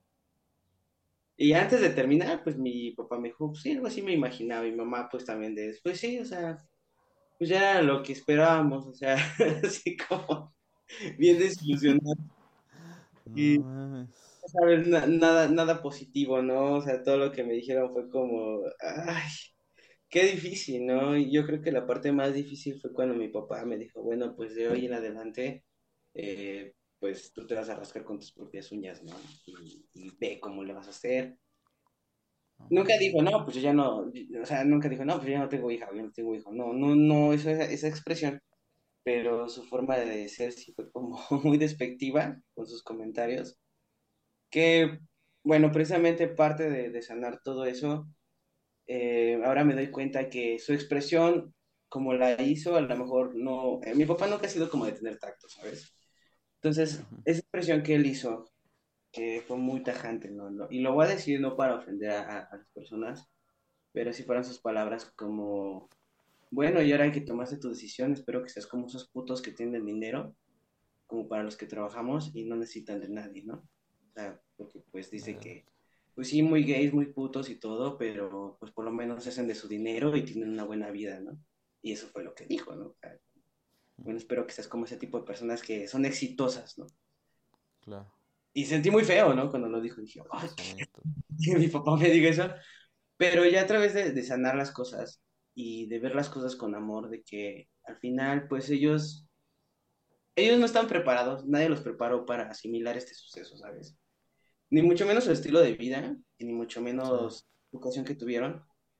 Y antes de terminar, pues mi papá me dijo, pues sí, algo así me imaginaba. Y mi mamá, pues también de, pues sí, o sea, pues ya era lo que esperábamos, o sea, así como bien desilusionado. No Y, mames. ¿sabes? Na- nada, nada positivo, ¿no? O sea, todo lo que me dijeron fue como, ay. Qué difícil, ¿no? Y yo creo que la parte más difícil fue cuando mi papá me dijo, bueno, pues de hoy en adelante, eh, pues tú te vas a rascar con tus propias uñas, ¿no? Y, y ve cómo le vas a hacer. No Nunca dijo, mames. no, pues yo ya no, o sea, nunca dijo, no, pues yo ya no tengo hija, yo no tengo hijo. No, no, no, esa, esa expresión, pero su forma de ser sí fue como muy despectiva con sus comentarios, que, bueno, precisamente parte de, de sanar todo eso eh, ahora me doy cuenta que su expresión, como la hizo, a lo mejor no. Eh, mi papá nunca ha sido como de tener tacto, ¿sabes? Entonces, Ujú. esa expresión que él hizo, que fue muy tajante, ¿no? Lo- y lo voy a decir no para ofender a, a- a las personas, pero sí fueron sus palabras como, bueno, y ahora que tomaste tu decisión, espero que seas como esos putos que tienen dinero, como para los que trabajamos y no necesitan de nadie, ¿no? O sea, porque pues dice Verga. que pues sí, muy gays, muy putos y todo, pero pues por lo menos hacen de su dinero y tienen una buena vida, ¿no? Y eso fue lo que dijo, ¿no? O sea, bueno, espero que seas como ese tipo de personas que son exitosas, ¿no? Claro. Y sentí muy feo, ¿no? Cuando lo dijo, dije, ay, Sí, to- que mi papá me diga eso. Pero ya a través de, de sanar las cosas y de ver las cosas con amor, de que al final, pues ellos, ellos no están preparados, nadie los preparó para asimilar este suceso, ¿sabes? Ni mucho menos su estilo de vida, y ni mucho sí. menos la educación que tuvieron.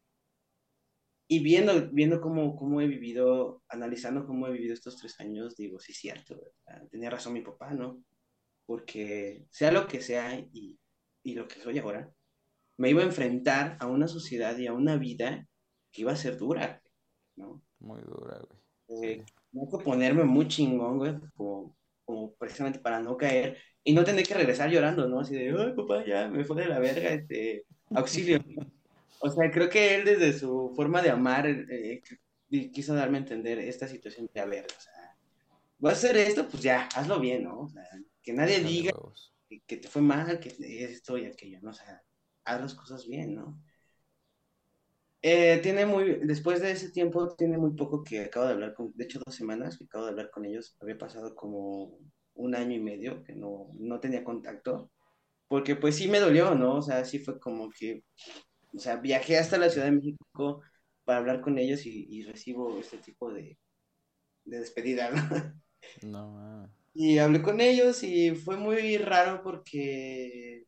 Y viendo, viendo cómo, cómo he vivido, analizando cómo he vivido estos tres años, digo, sí, es cierto, ¿verdad? Tenía razón mi papá, ¿no? Porque sea lo que sea y, y lo que soy ahora, me iba a enfrentar a una sociedad y a una vida que iba a ser dura, ¿no? Muy dura, güey. Sí. Eh, tengo que ponerme muy chingón, güey, como, como precisamente para no caer y no tener que regresar llorando, ¿no? Así de, ay, papá, ya me fue de la verga, este, auxilio. O sea, creo que él desde su forma de amar eh, qu- quiso darme a entender esta situación de, a ver, o sea, vas a hacer esto, pues ya, hazlo bien, ¿no? O sea, que nadie Échale diga huevos. que, que te fue mal, que esto y aquello, ¿no? O sea, haz las cosas bien, ¿no? Eh, tiene muy, después de ese tiempo, tiene muy poco que acabo de hablar con, de hecho, dos semanas que acabo de hablar con ellos. Había pasado como un año y medio que no, no tenía contacto, porque pues sí me dolió, ¿no? O sea, sí fue como que, o sea, viajé hasta la Ciudad de México para hablar con ellos y, y recibo este tipo de, de despedida, ¿no? No, mames. Y hablé con ellos y fue muy raro porque,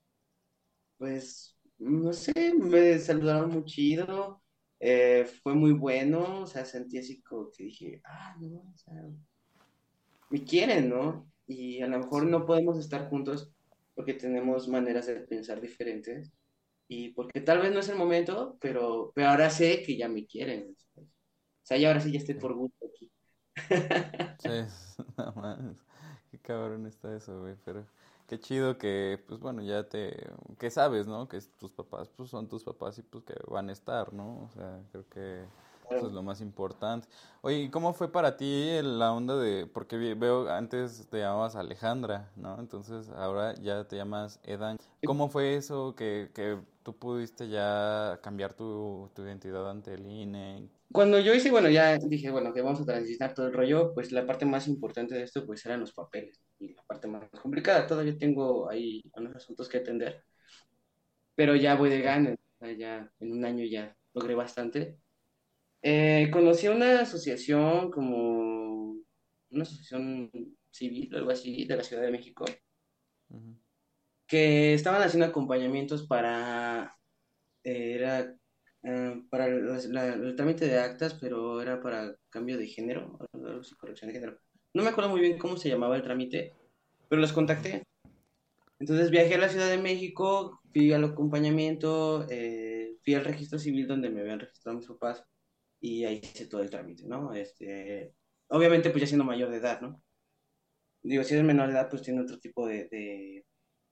pues, no sé, me saludaron muy chido, eh, fue muy bueno, o sea, sentí así como que dije, ah, no, o sea, me quieren, ¿no? Y a lo mejor Sí, no podemos estar juntos porque tenemos maneras de pensar diferentes y porque tal vez no es el momento, pero, pero ahora sé que ya me quieren, ¿sabes? O sea, y ahora sí ya estoy sí. por gusto aquí. Sí, no mames. Qué cabrón está eso, güey. Pero qué chido que, pues bueno, ya te. Que sabes, ¿no? Que tus papás, pues son tus papás y pues que van a estar, ¿no? O sea, creo que eso es lo más importante. Oye, ¿y cómo fue para ti el- la onda de. Porque vi- veo antes te llamabas Alejandra, ¿no? Entonces ahora ya te llamas Edan. ¿Cómo fue eso que, que tú pudiste ya cambiar tu, tu identidad ante el I N E? Cuando yo hice, bueno, ya dije, bueno, que vamos a transitar todo el rollo, pues la parte más importante de esto, pues eran los papeles. Y la parte más complicada, todavía tengo ahí unos asuntos que atender, pero ya voy de gana, o sea, ya en un año ya logré bastante. Eh, conocí una asociación como una asociación civil, algo así, de la Ciudad de México, Ujú, que estaban haciendo acompañamientos para, eh, era, eh, para el, la- el trámite de actas, pero era para cambio de género, algo así, corrección de género. No me acuerdo muy bien cómo se llamaba el trámite, pero los ujú. contacté. Entonces viajé a la Ciudad de México, fui al acompañamiento, eh, fui al registro civil donde me habían registrado mis papás y ahí hice todo el trámite, ¿no? Este, obviamente pues ya siendo mayor de edad, ¿no? Digo, si eres menor de edad pues tiene otro tipo de, de,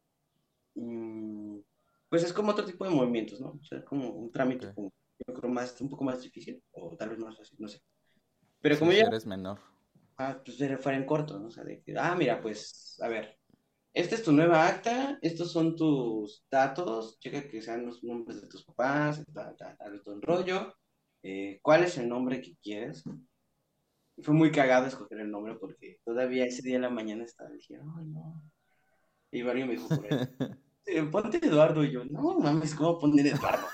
mm, pues es como otro tipo de movimientos, ¿no? O sea, es como un Ok. trámite como, yo creo más, un poco más difícil o tal vez más fácil, no sé. Pero Sí, como si yo, eres menor. ah, pues era- fuera en corto, ¿no? O sea, de que, ah, mira, pues, a ver, esta es tu nueva acta, estos son tus datos, checa que sean los nombres de tus papás, tal, tal, tal, todo el rollo, eh, cuál es el nombre que quieres. Y fue muy cagado escoger el nombre porque todavía ese día en la mañana estaba, dije, ay, no. Y Mario me dijo por ahí, "Eh, ponte Eduardo", y yo, no mames, ¿cómo poner Eduardo?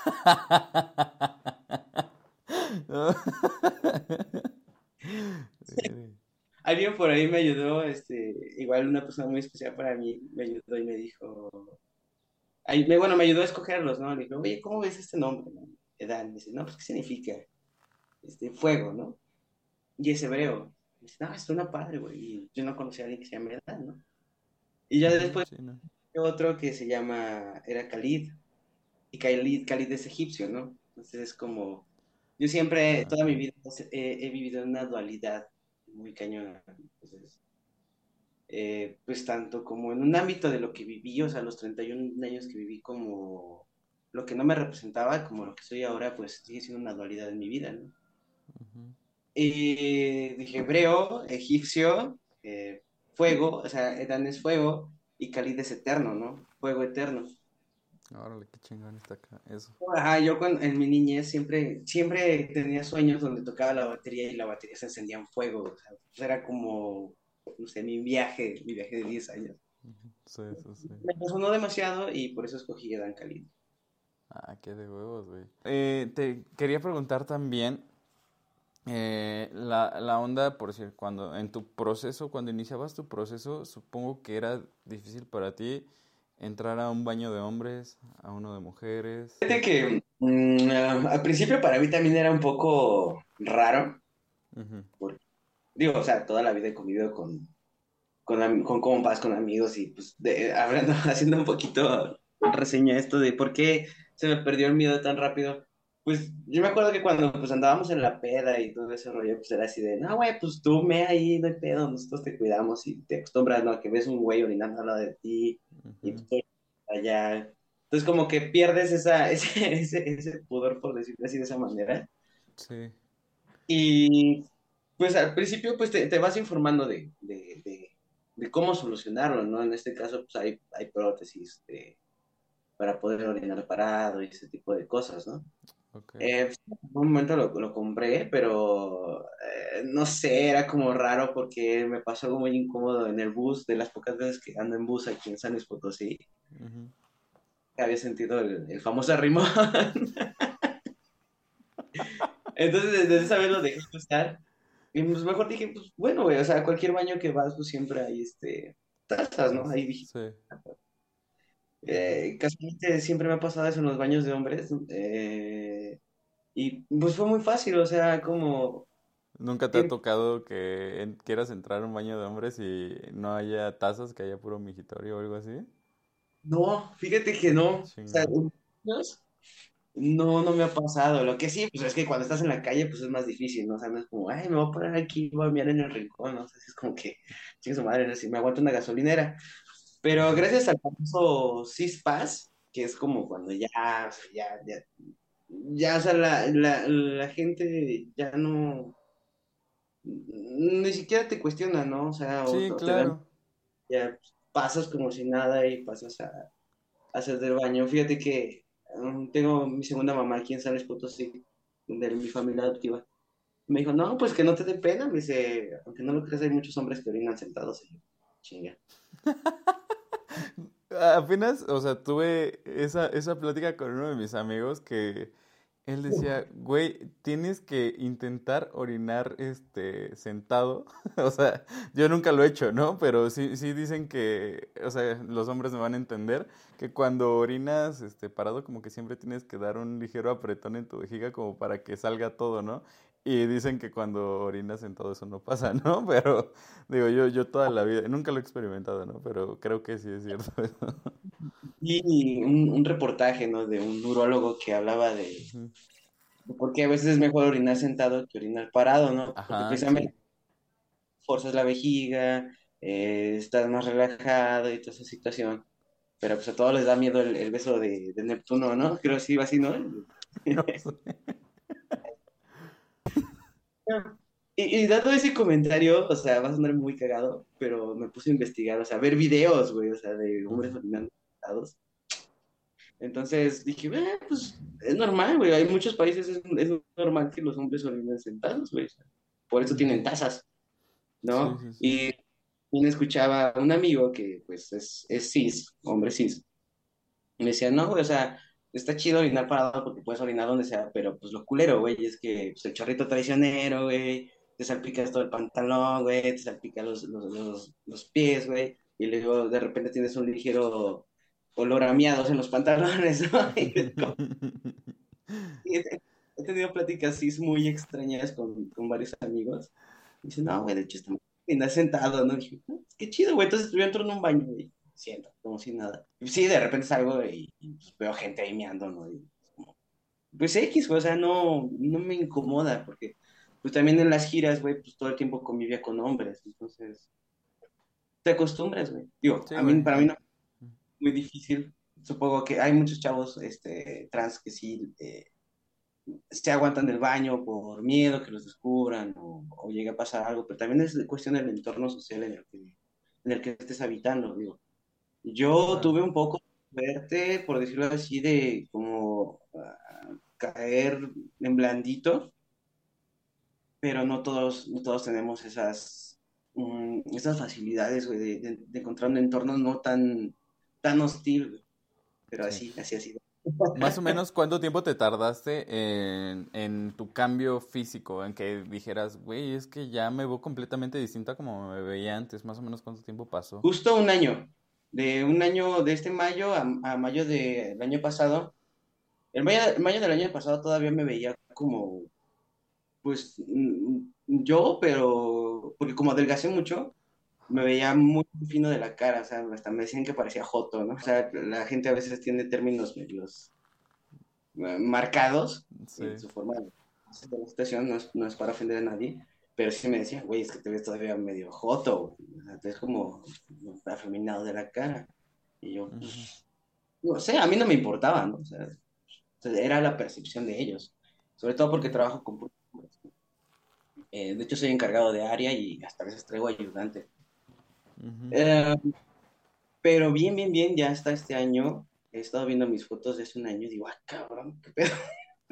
Alguien por ahí me ayudó, este, igual una persona muy especial para mí, me ayudó y me dijo, ahí, me, bueno, me ayudó a escogerlos, ¿no? Le dije, oye, ¿cómo ves este nombre, no? Edad, me dice, no, pues, ¿qué significa? Este, fuego, ¿no? Y es hebreo. Me dice, no, suena padre, güey, y yo no conocía a alguien que se llama Edad, ¿no? Y ya Ujú, después sí, no. otro que se llama, era Khalid, y Khalid, Khalid es egipcio, ¿no? Entonces es como, yo siempre, Ah, toda mi ok. vida he, he vivido en una dualidad muy cañona, entonces, eh, pues tanto como en un ámbito de lo que viví, o sea, los treinta y un años que viví como lo que no me representaba, como lo que soy ahora, pues sigue siendo una dualidad en mi vida, ¿no? Ujú. Y dije hebreo, egipcio, eh, fuego, o sea, Edán es fuego y Khalid es eterno, ¿no? Fuego eterno. Órale, qué chingón está acá. Eso. Ajá, yo cuando, en mi niñez siempre, siempre tenía sueños donde tocaba la batería y la batería se encendía en fuego. O sea, pues era como, no sé, mi viaje, mi viaje de diez años. Ujú. Sí, sí, sí. Me resonó demasiado y por eso escogí Edán Khalid. Ah, qué de huevos, güey. Eh, te quería preguntar también eh, la, la onda, por decir, cuando en tu proceso, cuando iniciabas tu proceso, supongo que era difícil para ti entrar a un baño de hombres, a uno de mujeres. Fíjate que mm, ah, al principio para mí también era un poco raro, Ujú, porque, digo, o sea, toda la vida he convivido con, con, am- con compas, con amigos y pues de, hablando, haciendo un poquito reseña esto de por qué se me perdió el miedo tan rápido. Pues yo me acuerdo que cuando pues andábamos en la peda y todo ese rollo, pues era así de, no, güey, pues tú me ahí, no hay pedo, nosotros te cuidamos y te acostumbras, ¿no? A que ves un güey orinando al lado de ti y ujú. pues tú allá. Entonces como que pierdes esa, ese, ese, ese pudor, por decirlo así, de esa manera. Sí. Y pues al principio pues te, te vas informando de, de, de, de cómo solucionarlo, ¿no? En este caso pues hay, hay prótesis de- para poder orinar parado y ese tipo de cosas, ¿no? Ok. Eh, pues, en un momento lo, lo compré, pero eh, no sé, era como raro porque me pasó algo muy incómodo en el bus, de las pocas veces que ando en bus aquí en San Luis Potosí, Ujú. que había sentido el, el famoso arrimón. Entonces desde esa vez lo dejé de usar. Y pues mejor dije, pues bueno, güey, o sea, cualquier baño que vas, pues siempre hay este, tazas, ¿no? Tas- Ahí dije, Sí. eh, casualmente siempre me ha pasado eso en los baños de hombres, eh, y pues fue muy fácil, o sea, como ¿Nunca te ha siempre, tocado que en- quieras entrar a un baño de hombres y no haya tazas, que haya puro migitorio o algo así? no, fíjate que no, o sea, Chingón. en baños, no, no me ha pasado, lo que sí, pues es que cuando estás en la calle, pues es más difícil, ¿no? O sea, no es como, ay, me voy a poner aquí, voy a mirar en el rincón, ¿no? O sea, es como que, chingue su madre, no sé, me aguanto una gasolinera. Pero Ujú. gracias al famoso CISPAS, que es como cuando ya, o sea, ya, ya, ya, o sea, la, la, la gente ya no, ni siquiera te cuestiona, ¿no? O sea, o, Sí, o te dan, claro. ya pasas como si nada y pasas a, a hacer del baño. Fíjate que um, tengo mi segunda mamá aquí en San Luis Potosí, de mi familia adoptiva. Me dijo, no, pues que no te dé pena, me dice, aunque no lo creas, hay muchos hombres que orinan sentados. Y yo, chinga. Apenas, o sea, tuve esa, esa plática con uno de mis amigos que él decía, güey, tienes que intentar orinar este sentado. O sea, yo nunca lo he hecho, ¿no? Pero sí, sí dicen que, o sea, los hombres me van a entender que cuando orinas este parado, como que siempre tienes que dar un ligero apretón en tu vejiga como para que salga todo, ¿no? Y dicen que cuando orinas sentado eso no pasa, ¿no? Pero digo, yo, yo toda la vida, nunca lo he experimentado, ¿no? Pero creo que sí es cierto eso. Y un, un reportaje, ¿no? De un urólogo que hablaba de, Ujú. de por qué a veces es mejor orinar sentado que orinar parado, ¿no? Porque Ajá, sí. precisamente forzas la vejiga, eh, estás más relajado y toda esa situación. Pero pues a todos les da miedo el, el beso de, de Neptuno, ¿no? Creo que sí iba así, ¿no? No sé. Y, y dado ese comentario, o sea, va a sonar muy cagado, pero me puse a investigar, o sea, a ver videos, güey, o sea, de hombres Ujú. orinando sentados. Entonces dije, eh, pues es normal, güey. Hay muchos países, es, es normal que los hombres orinen sentados, güey. Por eso tienen Ujú. tazas, Sí, ¿no? sí, sí. Y también escuchaba a un amigo que, pues, es, es cis, hombre cis. Y me decía, no, güey, o sea, está chido orinar parado porque puedes orinar donde sea, pero pues lo culero, güey, es que pues, el chorrito traicionero, güey, te salpicas todo el pantalón, güey, te salpica los, los, los, los pies, güey, y luego de repente tienes un ligero olor a miados en los pantalones, ¿no? Y es como- y he he tenido pláticas así muy extrañas con, con varios amigos. Y dicen, no, güey, de hecho está muy bien sentado, ¿no? Y dije, "No, qué chido, güey, entonces yo entro en un baño, güey, siento, como si nada. Y sí, de repente salgo y, y, pues, veo gente ahí meando, ¿no? Y, es como, pues X, güey, o sea, no, no me incomoda, porque pues también en las giras, güey, pues todo el tiempo convivía con hombres, entonces te acostumbras, güey. Digo, Sí, a mí, güey. para mí Ah, no es muy difícil. Supongo que hay muchos chavos este, trans que sí eh, se aguantan del baño por miedo que los descubran o, o llegue a pasar algo, pero también es cuestión del entorno social en el que, en el que estés habitando, digo. Yo claro. tuve un poco de suerte, por decirlo así, de como uh, caer en blandito, pero no todos, no todos tenemos esas, um, esas facilidades, güey, de, de, de, encontrar un entorno no tan, tan hostil, güey. Pero Sí. así, así ha sido. Más o menos, ¿cuánto tiempo te tardaste en, en tu cambio físico? En que dijeras, güey, es que ya me veo completamente distinta como me veía antes. Más o menos, ¿cuánto tiempo pasó? Justo un año, de un año, de este mayo a, a mayo del año pasado. El mayo, el mayo del año pasado todavía me veía como, pues, mm, yo, pero, porque como adelgacé mucho, me Ajá. veía muy fino de la cara, o sea, hasta me decían que parecía joto, ¿no? O sea, la gente a veces tiene términos medios eh, marcados en Sí. su forma de de la situación, no es, no es para ofender a nadie, pero sí me decían, güey, es que te ves todavía medio joto, güey. O sea, te ves como afeminado de la cara. Y yo, Ujú. no sé, a mí no me importaba, ¿no? O sea, era la percepción de ellos, sobre todo porque trabajo con puros hombres. Eh, de hecho, soy encargado de área y hasta a veces traigo ayudante. Ujú. Eh, pero bien, bien, bien, ya hasta este año. He estado viendo mis fotos de hace un año y digo, ah, cabrón, qué pedo.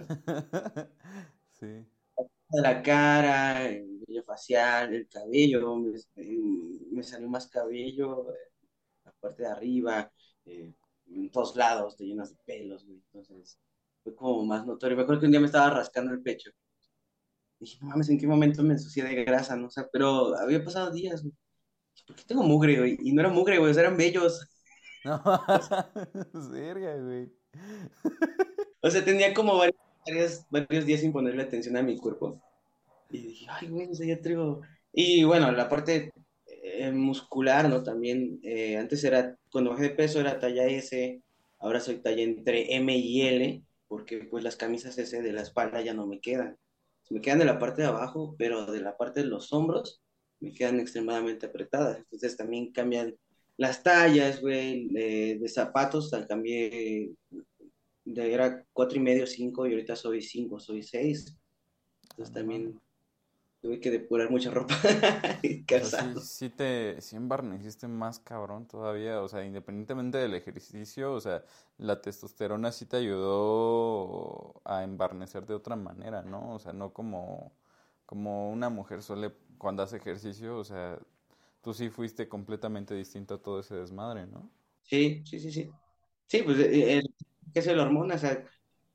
Sí, La cara, el vello facial, el cabello, me, me salió más cabello, eh, la parte de arriba, eh, en todos lados, te llenas de pelos, güey. Entonces, fue como más notorio. Me acuerdo que un día me estaba rascando el pecho. Dije, no mames, ¿en qué momento me ensucié de grasa? No, o sea, pero había pasado días, güey. ¿Por qué tengo mugre, güey? Y no era mugre, güey, o sea, eran vellos. no, verga, güey. O sea, tenía como varios, varios, varios días sin ponerle atención a mi cuerpo. Y dije, ay, güey, o sea, ya traigo. Y bueno, la parte eh, muscular, ¿no? También, eh, antes era, cuando bajé de peso era talla S, ahora soy talla entre M y L, porque pues las camisas S de la espalda ya no me quedan. Me quedan de la parte de abajo, pero de la parte de los hombros me quedan extremadamente apretadas. Entonces también cambian las tallas, güey, de, de zapatos, al cambié, de, era cuatro y medio, cinco, y ahorita soy cinco, soy seis. A Entonces la madre. también tuve que depurar mucha ropa y O sea, sí, calzado. sí te, sí embarneciste más cabrón todavía, o sea, independientemente del ejercicio, o sea, la testosterona sí te ayudó a embarnecer de otra manera, ¿no? O sea, no como, como una mujer suele cuando hace ejercicio, o sea, tú sí fuiste completamente distinto a todo ese desmadre, ¿no? Sí, sí, sí, sí. Sí, pues, eh, el, ¿qué es el hormona? O sea,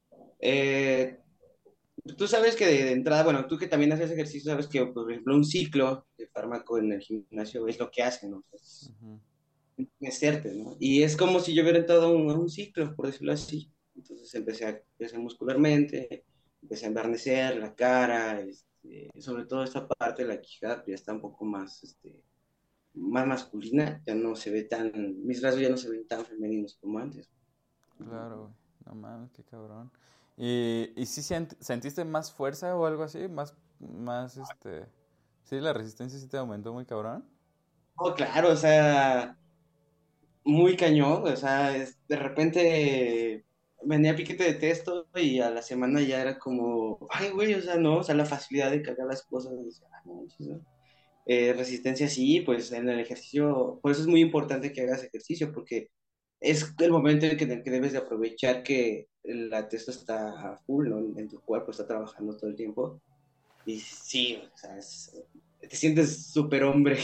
eh, tú sabes que de, de entrada, bueno, tú que también haces ejercicio, sabes que, por ejemplo, un ciclo de fármaco en el gimnasio es lo que hace, ¿no? Es Ujú. mecerte, ¿no? Y es como si yo hubiera entrado a un, a un ciclo, por decirlo así. Entonces empecé a crecer muscularmente, empecé a envernecer la cara, este, sobre todo esta parte de la quijada, ya está un poco más, este, más masculina, ya no se ve tan, mis rasgos ya no se ven tan femeninos como antes. Claro, güey. No mames, qué cabrón. ¿Y, y sí sent- sentiste más fuerza o algo así? Más, más, este... Sí, la resistencia sí te aumentó muy cabrón. Oh, claro, o sea, muy cañón, o sea, es- de repente venía piquete de texto y a la semana ya era como, ay, güey, o sea, no, o sea, la facilidad de cargar las cosas, decía, "Ah, no manches, ¿no?". Eh, resistencia sí, pues en el ejercicio, por eso es muy importante que hagas ejercicio, porque es el momento en que, en el que debes de aprovechar que la testo está a full, ¿no? En tu cuerpo, está trabajando todo el tiempo. Y sí, o sea, es- te sientes súper hombre.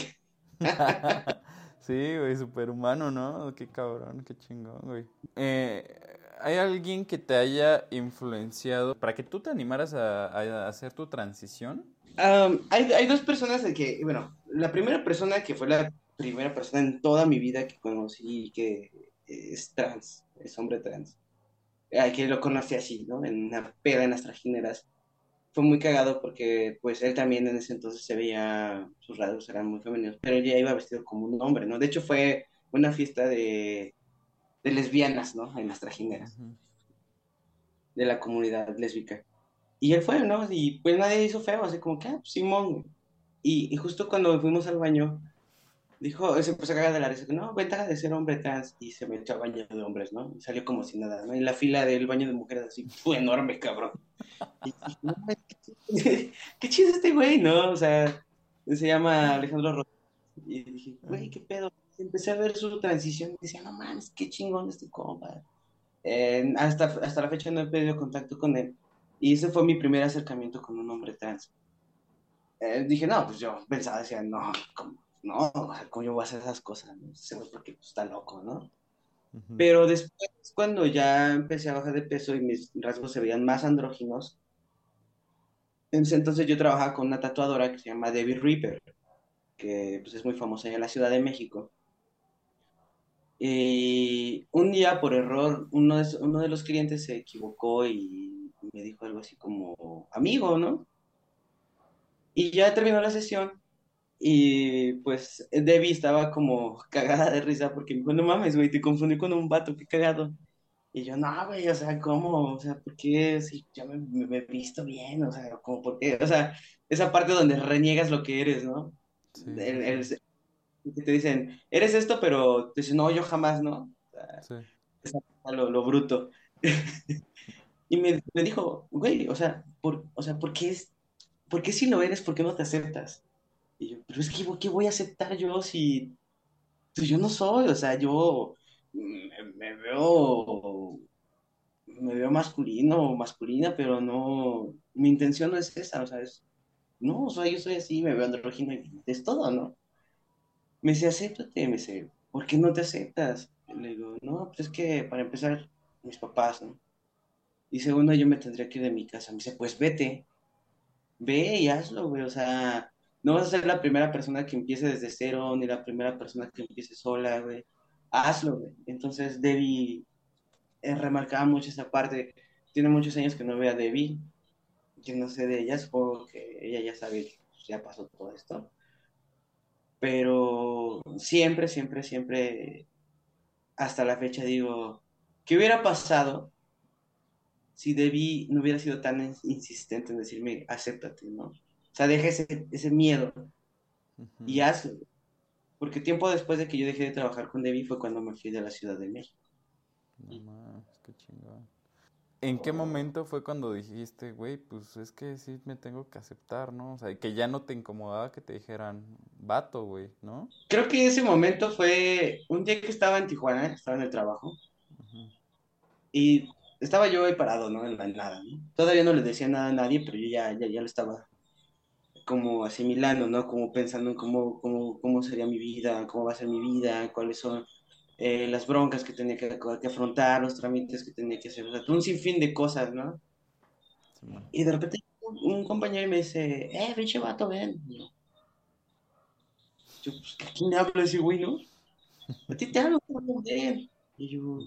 Sí, güey, superhumano, ¿no? Qué cabrón, qué chingón, güey. Eh, ¿hay alguien que te haya influenciado para que tú te animaras a, a hacer tu transición? Am, hay, hay dos personas de que, bueno, la primera persona que fue la primera persona en toda mi vida que conocí que es trans, es hombre trans, eh, que lo conocí así, ¿no? En una peda en las trajineras. Fue muy cagado porque pues él también en ese entonces se veía, sus rasgos eran muy femeninos, pero él ya iba vestido como un hombre, ¿no? De hecho fue una fiesta de, de lesbianas, ¿no? En las trajineras, Ujú. de la comunidad lésbica. Y él fue, ¿no? Y pues nadie hizo feo, así como que, ah, pues, Simón, güey. Y, y justo cuando fuimos al baño, dijo, se empezó a cagar de la risa, que no, ventaja de ser hombre trans, y se metió al baño de hombres, ¿no? Y salió como si nada, ¿no? Y la fila del baño de mujeres así, fue enorme, cabrón. Y dije, no, qué, qué chido este güey, ¿no? O sea, se llama Alejandro Rodríguez. Y dije, güey, qué pedo. Empecé a ver su transición y decía, no mames, qué chingón este compa. Eh, hasta, hasta la fecha no he pedido contacto con él. Y ese fue mi primer acercamiento con un hombre trans. Eh, dije, no, pues yo pensaba, decía, no, ¿cómo? No, o sea, ¿cómo yo voy a hacer esas cosas? ¿No? Ese güey porque pues, está loco, ¿no? Ujú. Pero después, cuando ya empecé a bajar de peso y mis rasgos se veían más andróginos, en ese entonces yo trabajaba con una tatuadora que se llama Debbie Reaper, que pues, es muy famosa allá en la Ciudad de México. Y un día, por error, uno de, uno de los clientes se equivocó y me dijo algo así como, amigo, ¿no? Y ya terminó la sesión y pues Debbie estaba como cagada de risa porque me dijo, no mames, güey, te confundí con un vato, qué cagado. Y yo, no, güey, o sea, ¿cómo? O sea, ¿por qué? Si ya me, me, me he visto bien, o sea, como, ¿por qué? O sea, esa parte donde reniegas lo que eres, ¿no? Sí, sí, El, sí. el- que te dicen, eres esto, pero te dicen, no, yo jamás, ¿no? O sea, Sí. a lo, lo bruto. Y me, me dijo, güey, o sea, por, o sea, ¿por qué es, por qué si lo eres, por qué no te aceptas? Y yo, pero es que, ¿qué voy a aceptar yo si pues yo no soy? O sea, yo me, me veo, me veo masculino o masculina, pero no, mi intención no es esa, o sea, es, no, o sea, yo soy así, me veo andrógino y es todo, ¿no? Me dice, acéptate, me dice, ¿por qué no te aceptas? Y le digo, no, pues es que para empezar, mis papás, ¿no? Y segundo, yo me tendría que ir de mi casa. Me dice, pues vete, ve y hazlo, güey. O sea, no vas a ser la primera persona que empiece desde cero, ni la primera persona que empiece sola, güey. Hazlo, güey. Entonces, Debbie eh, remarcaba mucho esa parte. Tiene muchos años que no ve a Debbie, que no sé de ella, supongo que ella ya sabe que pues, ya pasó todo esto. Pero siempre, siempre, siempre, hasta la fecha digo, ¿qué hubiera pasado si Debbie no hubiera sido tan ins- insistente en decirme, acéptate, ¿no? O sea, deja ese, ese miedo y Ujú. hazlo. Porque tiempo después de que yo dejé de trabajar con Debbie fue cuando me fui de la Ciudad de México. No más, qué chingón. ¿En qué momento fue cuando dijiste, güey, pues es que sí me tengo que aceptar, ¿no? O sea, que ya no te incomodaba que te dijeran vato, güey, ¿no? Creo que ese momento fue un día que estaba en Tijuana, estaba en el trabajo, Ujú. y estaba yo ahí parado, ¿no? En la nada, ¿no? Todavía no le decía nada a nadie, pero yo ya, ya, ya lo estaba como asimilando, ¿no? Como pensando en cómo, cómo, cómo sería mi vida, cómo va a ser mi vida, cuáles son eh, las broncas que tenía que, que afrontar, los trámites que tenía que hacer, o sea, un sinfín de cosas, ¿no? Sí, man. Y de repente un, un compañero me dice, eh, pinche vato, ven. Y yo, yo, pues, ¿a quién le hablo ese güey, no? A ti te hablo, cabrón, ven. Y yo,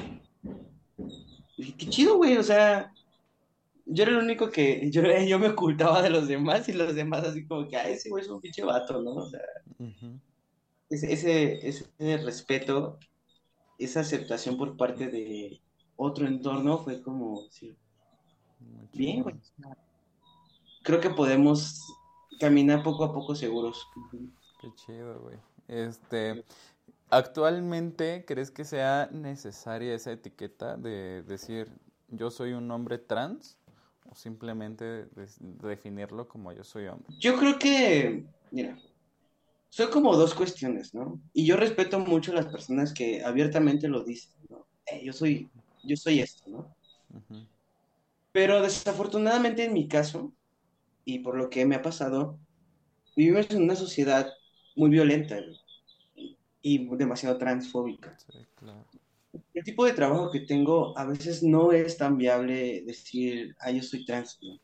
dije, qué chido, güey, o sea, yo era el único que, yo, yo me ocultaba de los demás y los demás así como que, ah, ese güey es un pinche vato, ¿no? O sea, Ujú. ese, ese, ese respeto, esa aceptación por parte de otro entorno fue como, sí, Muy bien, güey. chingón. Creo que podemos caminar poco a poco seguros. Qué chido, güey. Este, ¿actualmente crees que sea necesaria esa etiqueta de decir yo soy un hombre trans? ¿O simplemente des- definirlo como yo soy hombre? Yo creo que, mira, son como dos cuestiones, ¿no? Y yo respeto mucho a las personas que abiertamente lo dicen, ¿no? Eh, yo soy, yo soy esto, ¿no? Ujú. Pero desafortunadamente en mi caso, y por lo que me ha pasado, vivimos en una sociedad muy violenta y demasiado transfóbica. Sí, claro. El tipo de trabajo que tengo a veces no es tan viable decir, ah, yo soy trans, ¿no?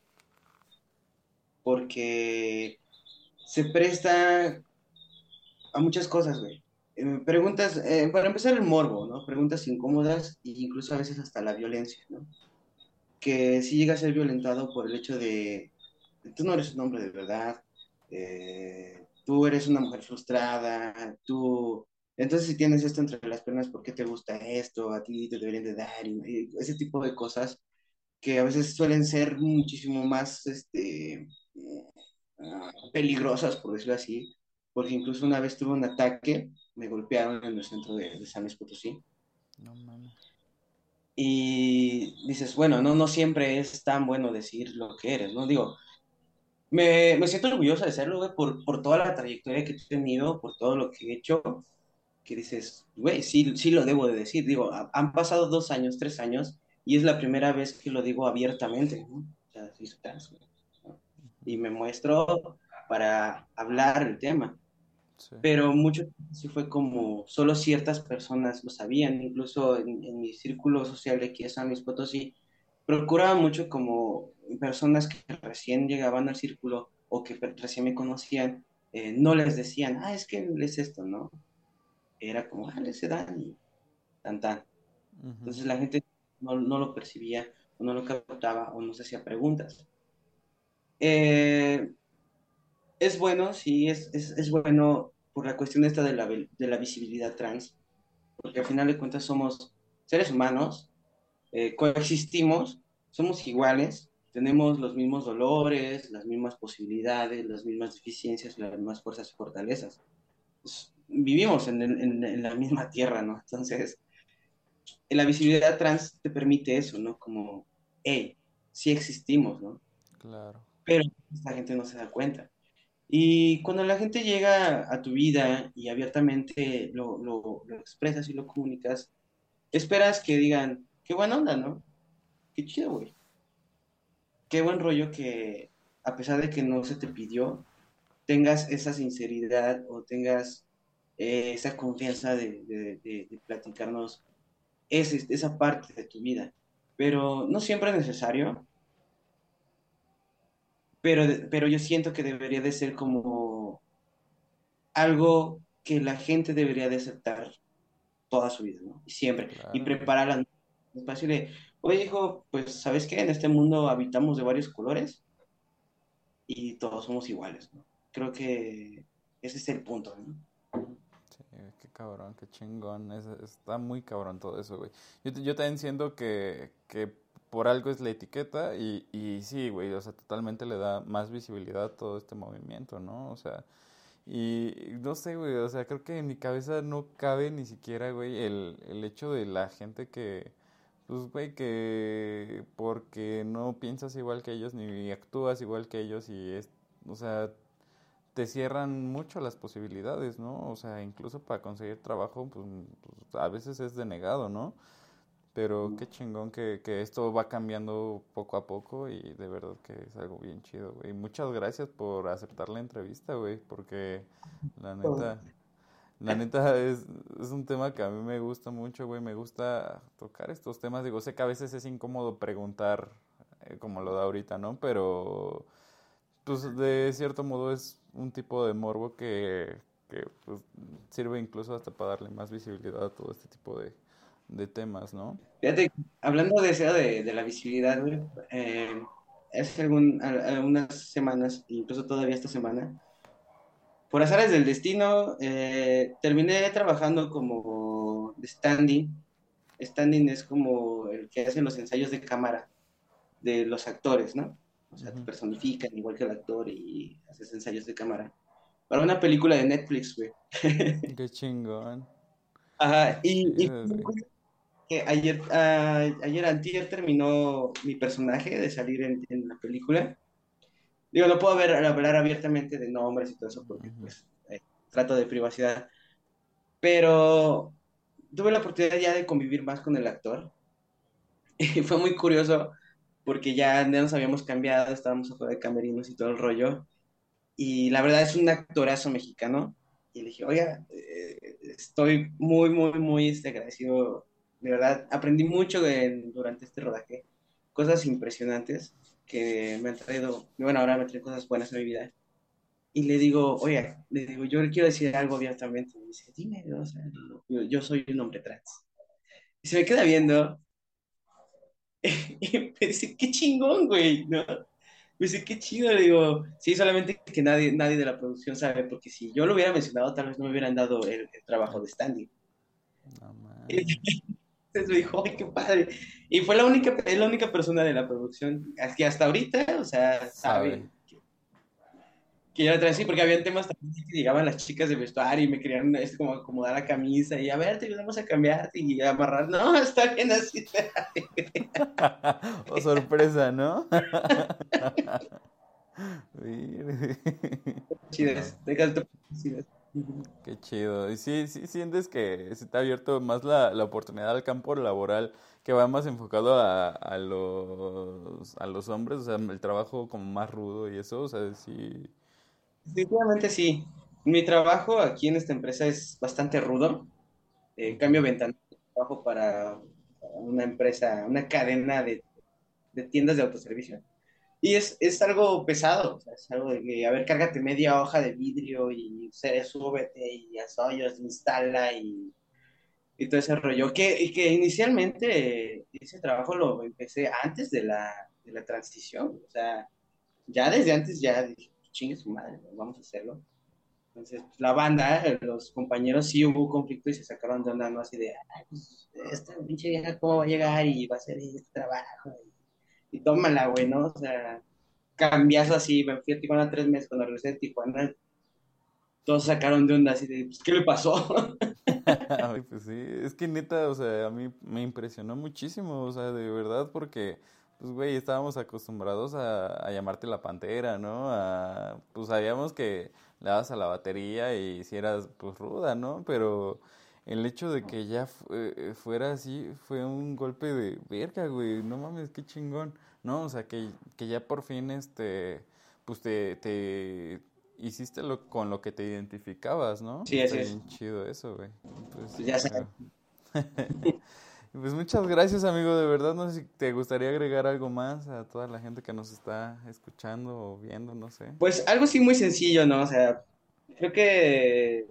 Porque se presta a muchas cosas, güey. Eh, preguntas, eh, para empezar el morbo, ¿no? Preguntas incómodas e incluso a veces hasta la violencia, ¿no? Que si llega a ser violentado por el hecho de, tú no eres un hombre de verdad, eh, tú eres una mujer frustrada, tú, entonces si tienes esto entre las piernas, ¿por qué te gusta esto? A ti te deberían de dar, y, y ese tipo de cosas que a veces suelen ser muchísimo más, este, ah, peligrosas, por decirlo así, porque incluso una vez tuve un ataque, me golpearon en el centro de, de San Luis Potosí, No mames. y dices, bueno, no, no siempre es tan bueno decir lo que eres, ¿no? Digo, me, me siento orgulloso de serlo, güey, por, por toda la trayectoria que he tenido, por todo lo que he hecho, que dices, güey, sí, sí lo debo de decir, digo, ha- han pasado dos años, tres años, y es la primera vez que lo digo abiertamente, ¿no? O sea, sí, soy trans, güey, ¿no? Y me muestro para hablar el tema, Sí. pero mucho tiempo sí fue como solo ciertas personas lo sabían, incluso en, en mi círculo social de aquí de San Luis Potosí, procuraba mucho como personas que recién llegaban al círculo o que recién me conocían, eh, no les decían, ah, es que él es esto, ¿no? Era como, ah, le se dan y tan tan. Ujú. Entonces la gente no, no lo percibía o no lo captaba o no se hacía preguntas. Eh, es bueno, sí, es, es, es bueno por la cuestión esta de la, de la visibilidad trans, porque al final de cuentas somos seres humanos, eh, coexistimos, somos iguales, tenemos los mismos dolores, las mismas posibilidades, las mismas deficiencias, las mismas fuerzas y fortalezas. Pues, vivimos en, el- en, en la misma tierra, ¿no? Entonces, la visibilidad trans te permite eso, ¿no? Como, hey, sí existimos, ¿no? Claro, Pero la gente no se da cuenta. Y cuando la gente llega a tu vida y abiertamente lo, lo, lo expresas y lo comunicas, esperas que digan, qué buena onda, ¿no? Qué chido, güey. Qué buen rollo que a pesar de que no se te pidió, tengas esa sinceridad o tengas eh, esa confianza de, de, de, de platicarnos ese, esa parte de tu vida. Pero no siempre es necesario, pero, pero yo siento que debería de ser como algo que la gente debería de aceptar toda su vida, ¿no? Y siempre, y claro, güey. prepararla. Espacio de, oye, hijo, pues, ¿sabes qué? En este mundo habitamos de varios colores y todos somos iguales, ¿no? Creo que ese es el punto, ¿no? Sí, qué cabrón, qué chingón. Es- está muy cabrón todo eso, güey. Yo, t- yo también siento que, que por algo es la etiqueta y, y sí, güey, o sea, totalmente le da más visibilidad a todo este movimiento, ¿no? O sea, y no sé, güey, o sea, creo que en mi cabeza no cabe ni siquiera, güey, el, el hecho de la gente que, pues, güey, que porque no piensas igual que ellos ni actúas igual que ellos y es, o sea, te cierran mucho las posibilidades, ¿no? O sea, incluso para conseguir trabajo, pues, pues, a veces es denegado, ¿no? Pero qué chingón que, que esto va cambiando poco a poco y de verdad que es algo bien chido, güey. Muchas gracias por aceptar la entrevista, güey, porque la neta, la neta es, es un tema que a mí me gusta mucho, güey. Me gusta tocar estos temas. Digo, sé que a veces es incómodo preguntar eh, como lo da ahorita, ¿no? Pero pues de cierto modo es un tipo de morbo que, que pues, sirve incluso hasta para darle más visibilidad a todo este tipo de, de temas, ¿no? Fíjate, hablando de eso de, de la visibilidad, güey, eh, hace algún, a- algunas semanas, incluso todavía esta semana, por azares del destino, eh, terminé trabajando como de standing. Standing es como el que hace los ensayos de cámara de los actores, ¿no? O sea, te Ujú. personifican igual que el actor y haces ensayos de cámara. Para una película de Netflix, güey. Qué chingón. Ajá, Qué y, y chido, güey. que ayer, ah, ayer antier terminó mi personaje de salir en, en la película. Digo, no puedo ver, hablar abiertamente de nombres y todo eso porque, Ujú. pues, eh, trato de privacidad. Pero tuve la oportunidad ya de convivir más con el actor. Y fue muy curioso porque ya, ya nos habíamos cambiado, estábamos afuera de camerinos y todo el rollo. Y la verdad es un actorazo mexicano. Y le dije, oiga, eh, estoy muy, muy, muy este, agradecido. De verdad, aprendí mucho de- durante este rodaje. Cosas impresionantes que me han traído, bueno, ahora me traen cosas buenas en mi vida. Y le digo, oye, le digo, yo le quiero decir algo abiertamente. Y me dice, dime, o sea, yo, yo soy un hombre trans. Y se me queda viendo y me dice, qué chingón, güey, ¿no? Me dice, qué chido, le digo, sí, solamente que nadie, nadie de la producción sabe, porque si yo lo hubiera mencionado, tal vez no me hubieran dado el, el trabajo El- de standing. No mames. Entonces me dijo, ay, qué padre. Y fue la única, es la única persona de la producción que hasta ahorita, o sea, Sabe. sabe que yo la traía así, porque habían temas también que llegaban las chicas de vestuario y me querían este, como acomodar la camisa y a ver, te ayudamos a cambiar y a amarrar. No, está bien así. Oh, sorpresa, ¿no? Vir- No, Chidas, déjate chidas. qué chido. Y sí, sí sientes que se te ha abierto más la, la oportunidad al campo laboral, que va más enfocado a, a los, a los hombres, o sea, el trabajo como más rudo y eso, o sea, sí. Definitivamente sí. Mi trabajo aquí en esta empresa es bastante rudo. Eh, Ujú. cambio ventanal, trabajo para una empresa, una cadena de, de tiendas de autoservicio. Y es, es algo pesado, o sea, es algo de que, a ver, cárgate media hoja de vidrio y se, súbete y haz hoyos, instala y, y todo ese rollo. Que, y que inicialmente eh, ese trabajo lo empecé antes de la, de la transición, o sea, ya desde antes ya dije, chingue su madre, vamos a hacerlo. Entonces, pues, la banda, eh, los compañeros, sí hubo conflicto y se sacaron de onda, ¿no? Así de, ay, pues, esta pinche vieja, ¿cómo va a llegar y va a hacer este trabajo? Y, y tómala, güey, ¿no? O sea, cambiazo así, me fui a Tijuana tres meses, cuando regresé de Tijuana, todos sacaron de onda así de, pues, ¿qué le pasó? Ay, pues sí, es que neta, o sea, a mí me impresionó muchísimo, o sea, de verdad, porque, pues, güey, estábamos acostumbrados a, a llamarte la Pantera, ¿no? A, pues sabíamos que le dabas a la batería y si eras, pues, ruda, ¿no? Pero el hecho de que ya fu- eh, fuera así fue un golpe de verga, güey, no mames, qué chingón, ¿no? O sea, que, que ya por fin, este, pues, te, te hiciste lo, con lo que te identificabas, ¿no? Sí, Está así es. bien chido eso, güey. Pues Pues sí, ya sabes. amigo. Pues muchas gracias, amigo. De verdad, no sé si te gustaría agregar algo más a toda la gente que nos está escuchando o viendo, no sé. Pues algo sí muy sencillo, ¿no? O sea, creo que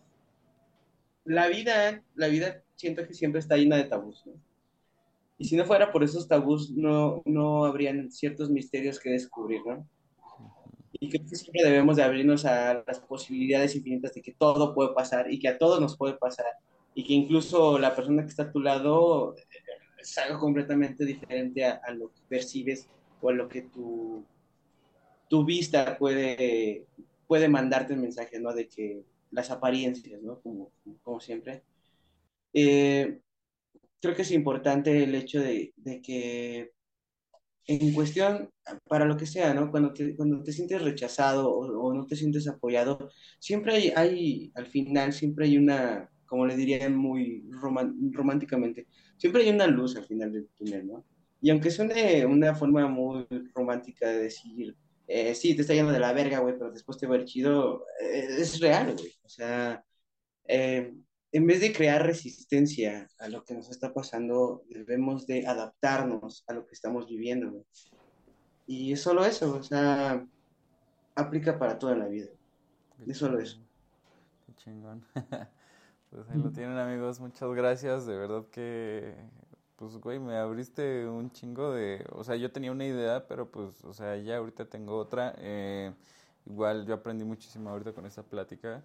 la vida, la vida siento que siempre está llena de tabús, ¿no? Y si no fuera por esos tabús, no, no habrían ciertos misterios que descubrir, ¿no? Y creo que siempre debemos de abrirnos a las posibilidades infinitas de que todo puede pasar y que a todos nos puede pasar. Y que incluso la persona que está a tu lado es algo completamente diferente a, a lo que percibes o a lo que tu, tu vista puede, puede mandarte el mensaje, ¿no? De que las apariencias, ¿no? Como, como siempre. Eh, Creo que es importante el hecho de, de que en cuestión, para lo que sea, ¿no? Cuando te, cuando te sientes rechazado o, o no te sientes apoyado, siempre hay, hay, al final, siempre hay una, como le dirían muy roman- románticamente, siempre hay una luz al final del túnel, ¿no? Y aunque suene una forma muy romántica de decir, eh, sí, te está yendo de la verga, güey, pero después te va a ir chido, eh, es real, güey. O sea, eh, en vez de crear resistencia a lo que nos está pasando, debemos de adaptarnos a lo que estamos viviendo, güey. Y es solo eso, o sea, aplica para toda la vida. Qué Es solo eso. chingón, qué chingón. Pues ahí lo tienen, amigos. Muchas gracias. De verdad que, pues, güey, me abriste un chingo de... O sea, yo tenía una idea, pero pues, o sea, ya ahorita tengo otra. Eh, igual yo aprendí muchísimo ahorita con esta plática.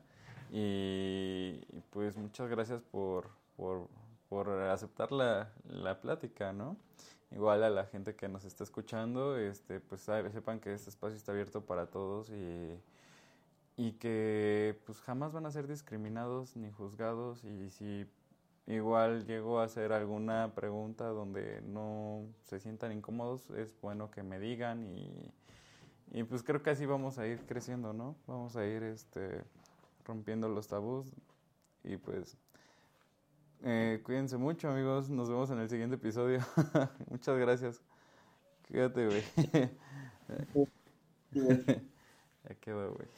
Y, y, pues muchas gracias por, por, por aceptar la, la plática, ¿no? Igual a la gente que nos está escuchando, este, pues sabe- sepan que este espacio está abierto para todos y y que pues jamás van a ser discriminados ni juzgados y si igual llego a hacer alguna pregunta donde no se sientan incómodos, es bueno que me digan y, y pues creo que así vamos a ir creciendo, ¿no? Vamos a ir este rompiendo los tabús y pues eh, cuídense mucho amigos, nos vemos en el siguiente episodio. Muchas gracias. Cuídate, güey. Ya quedó, güey.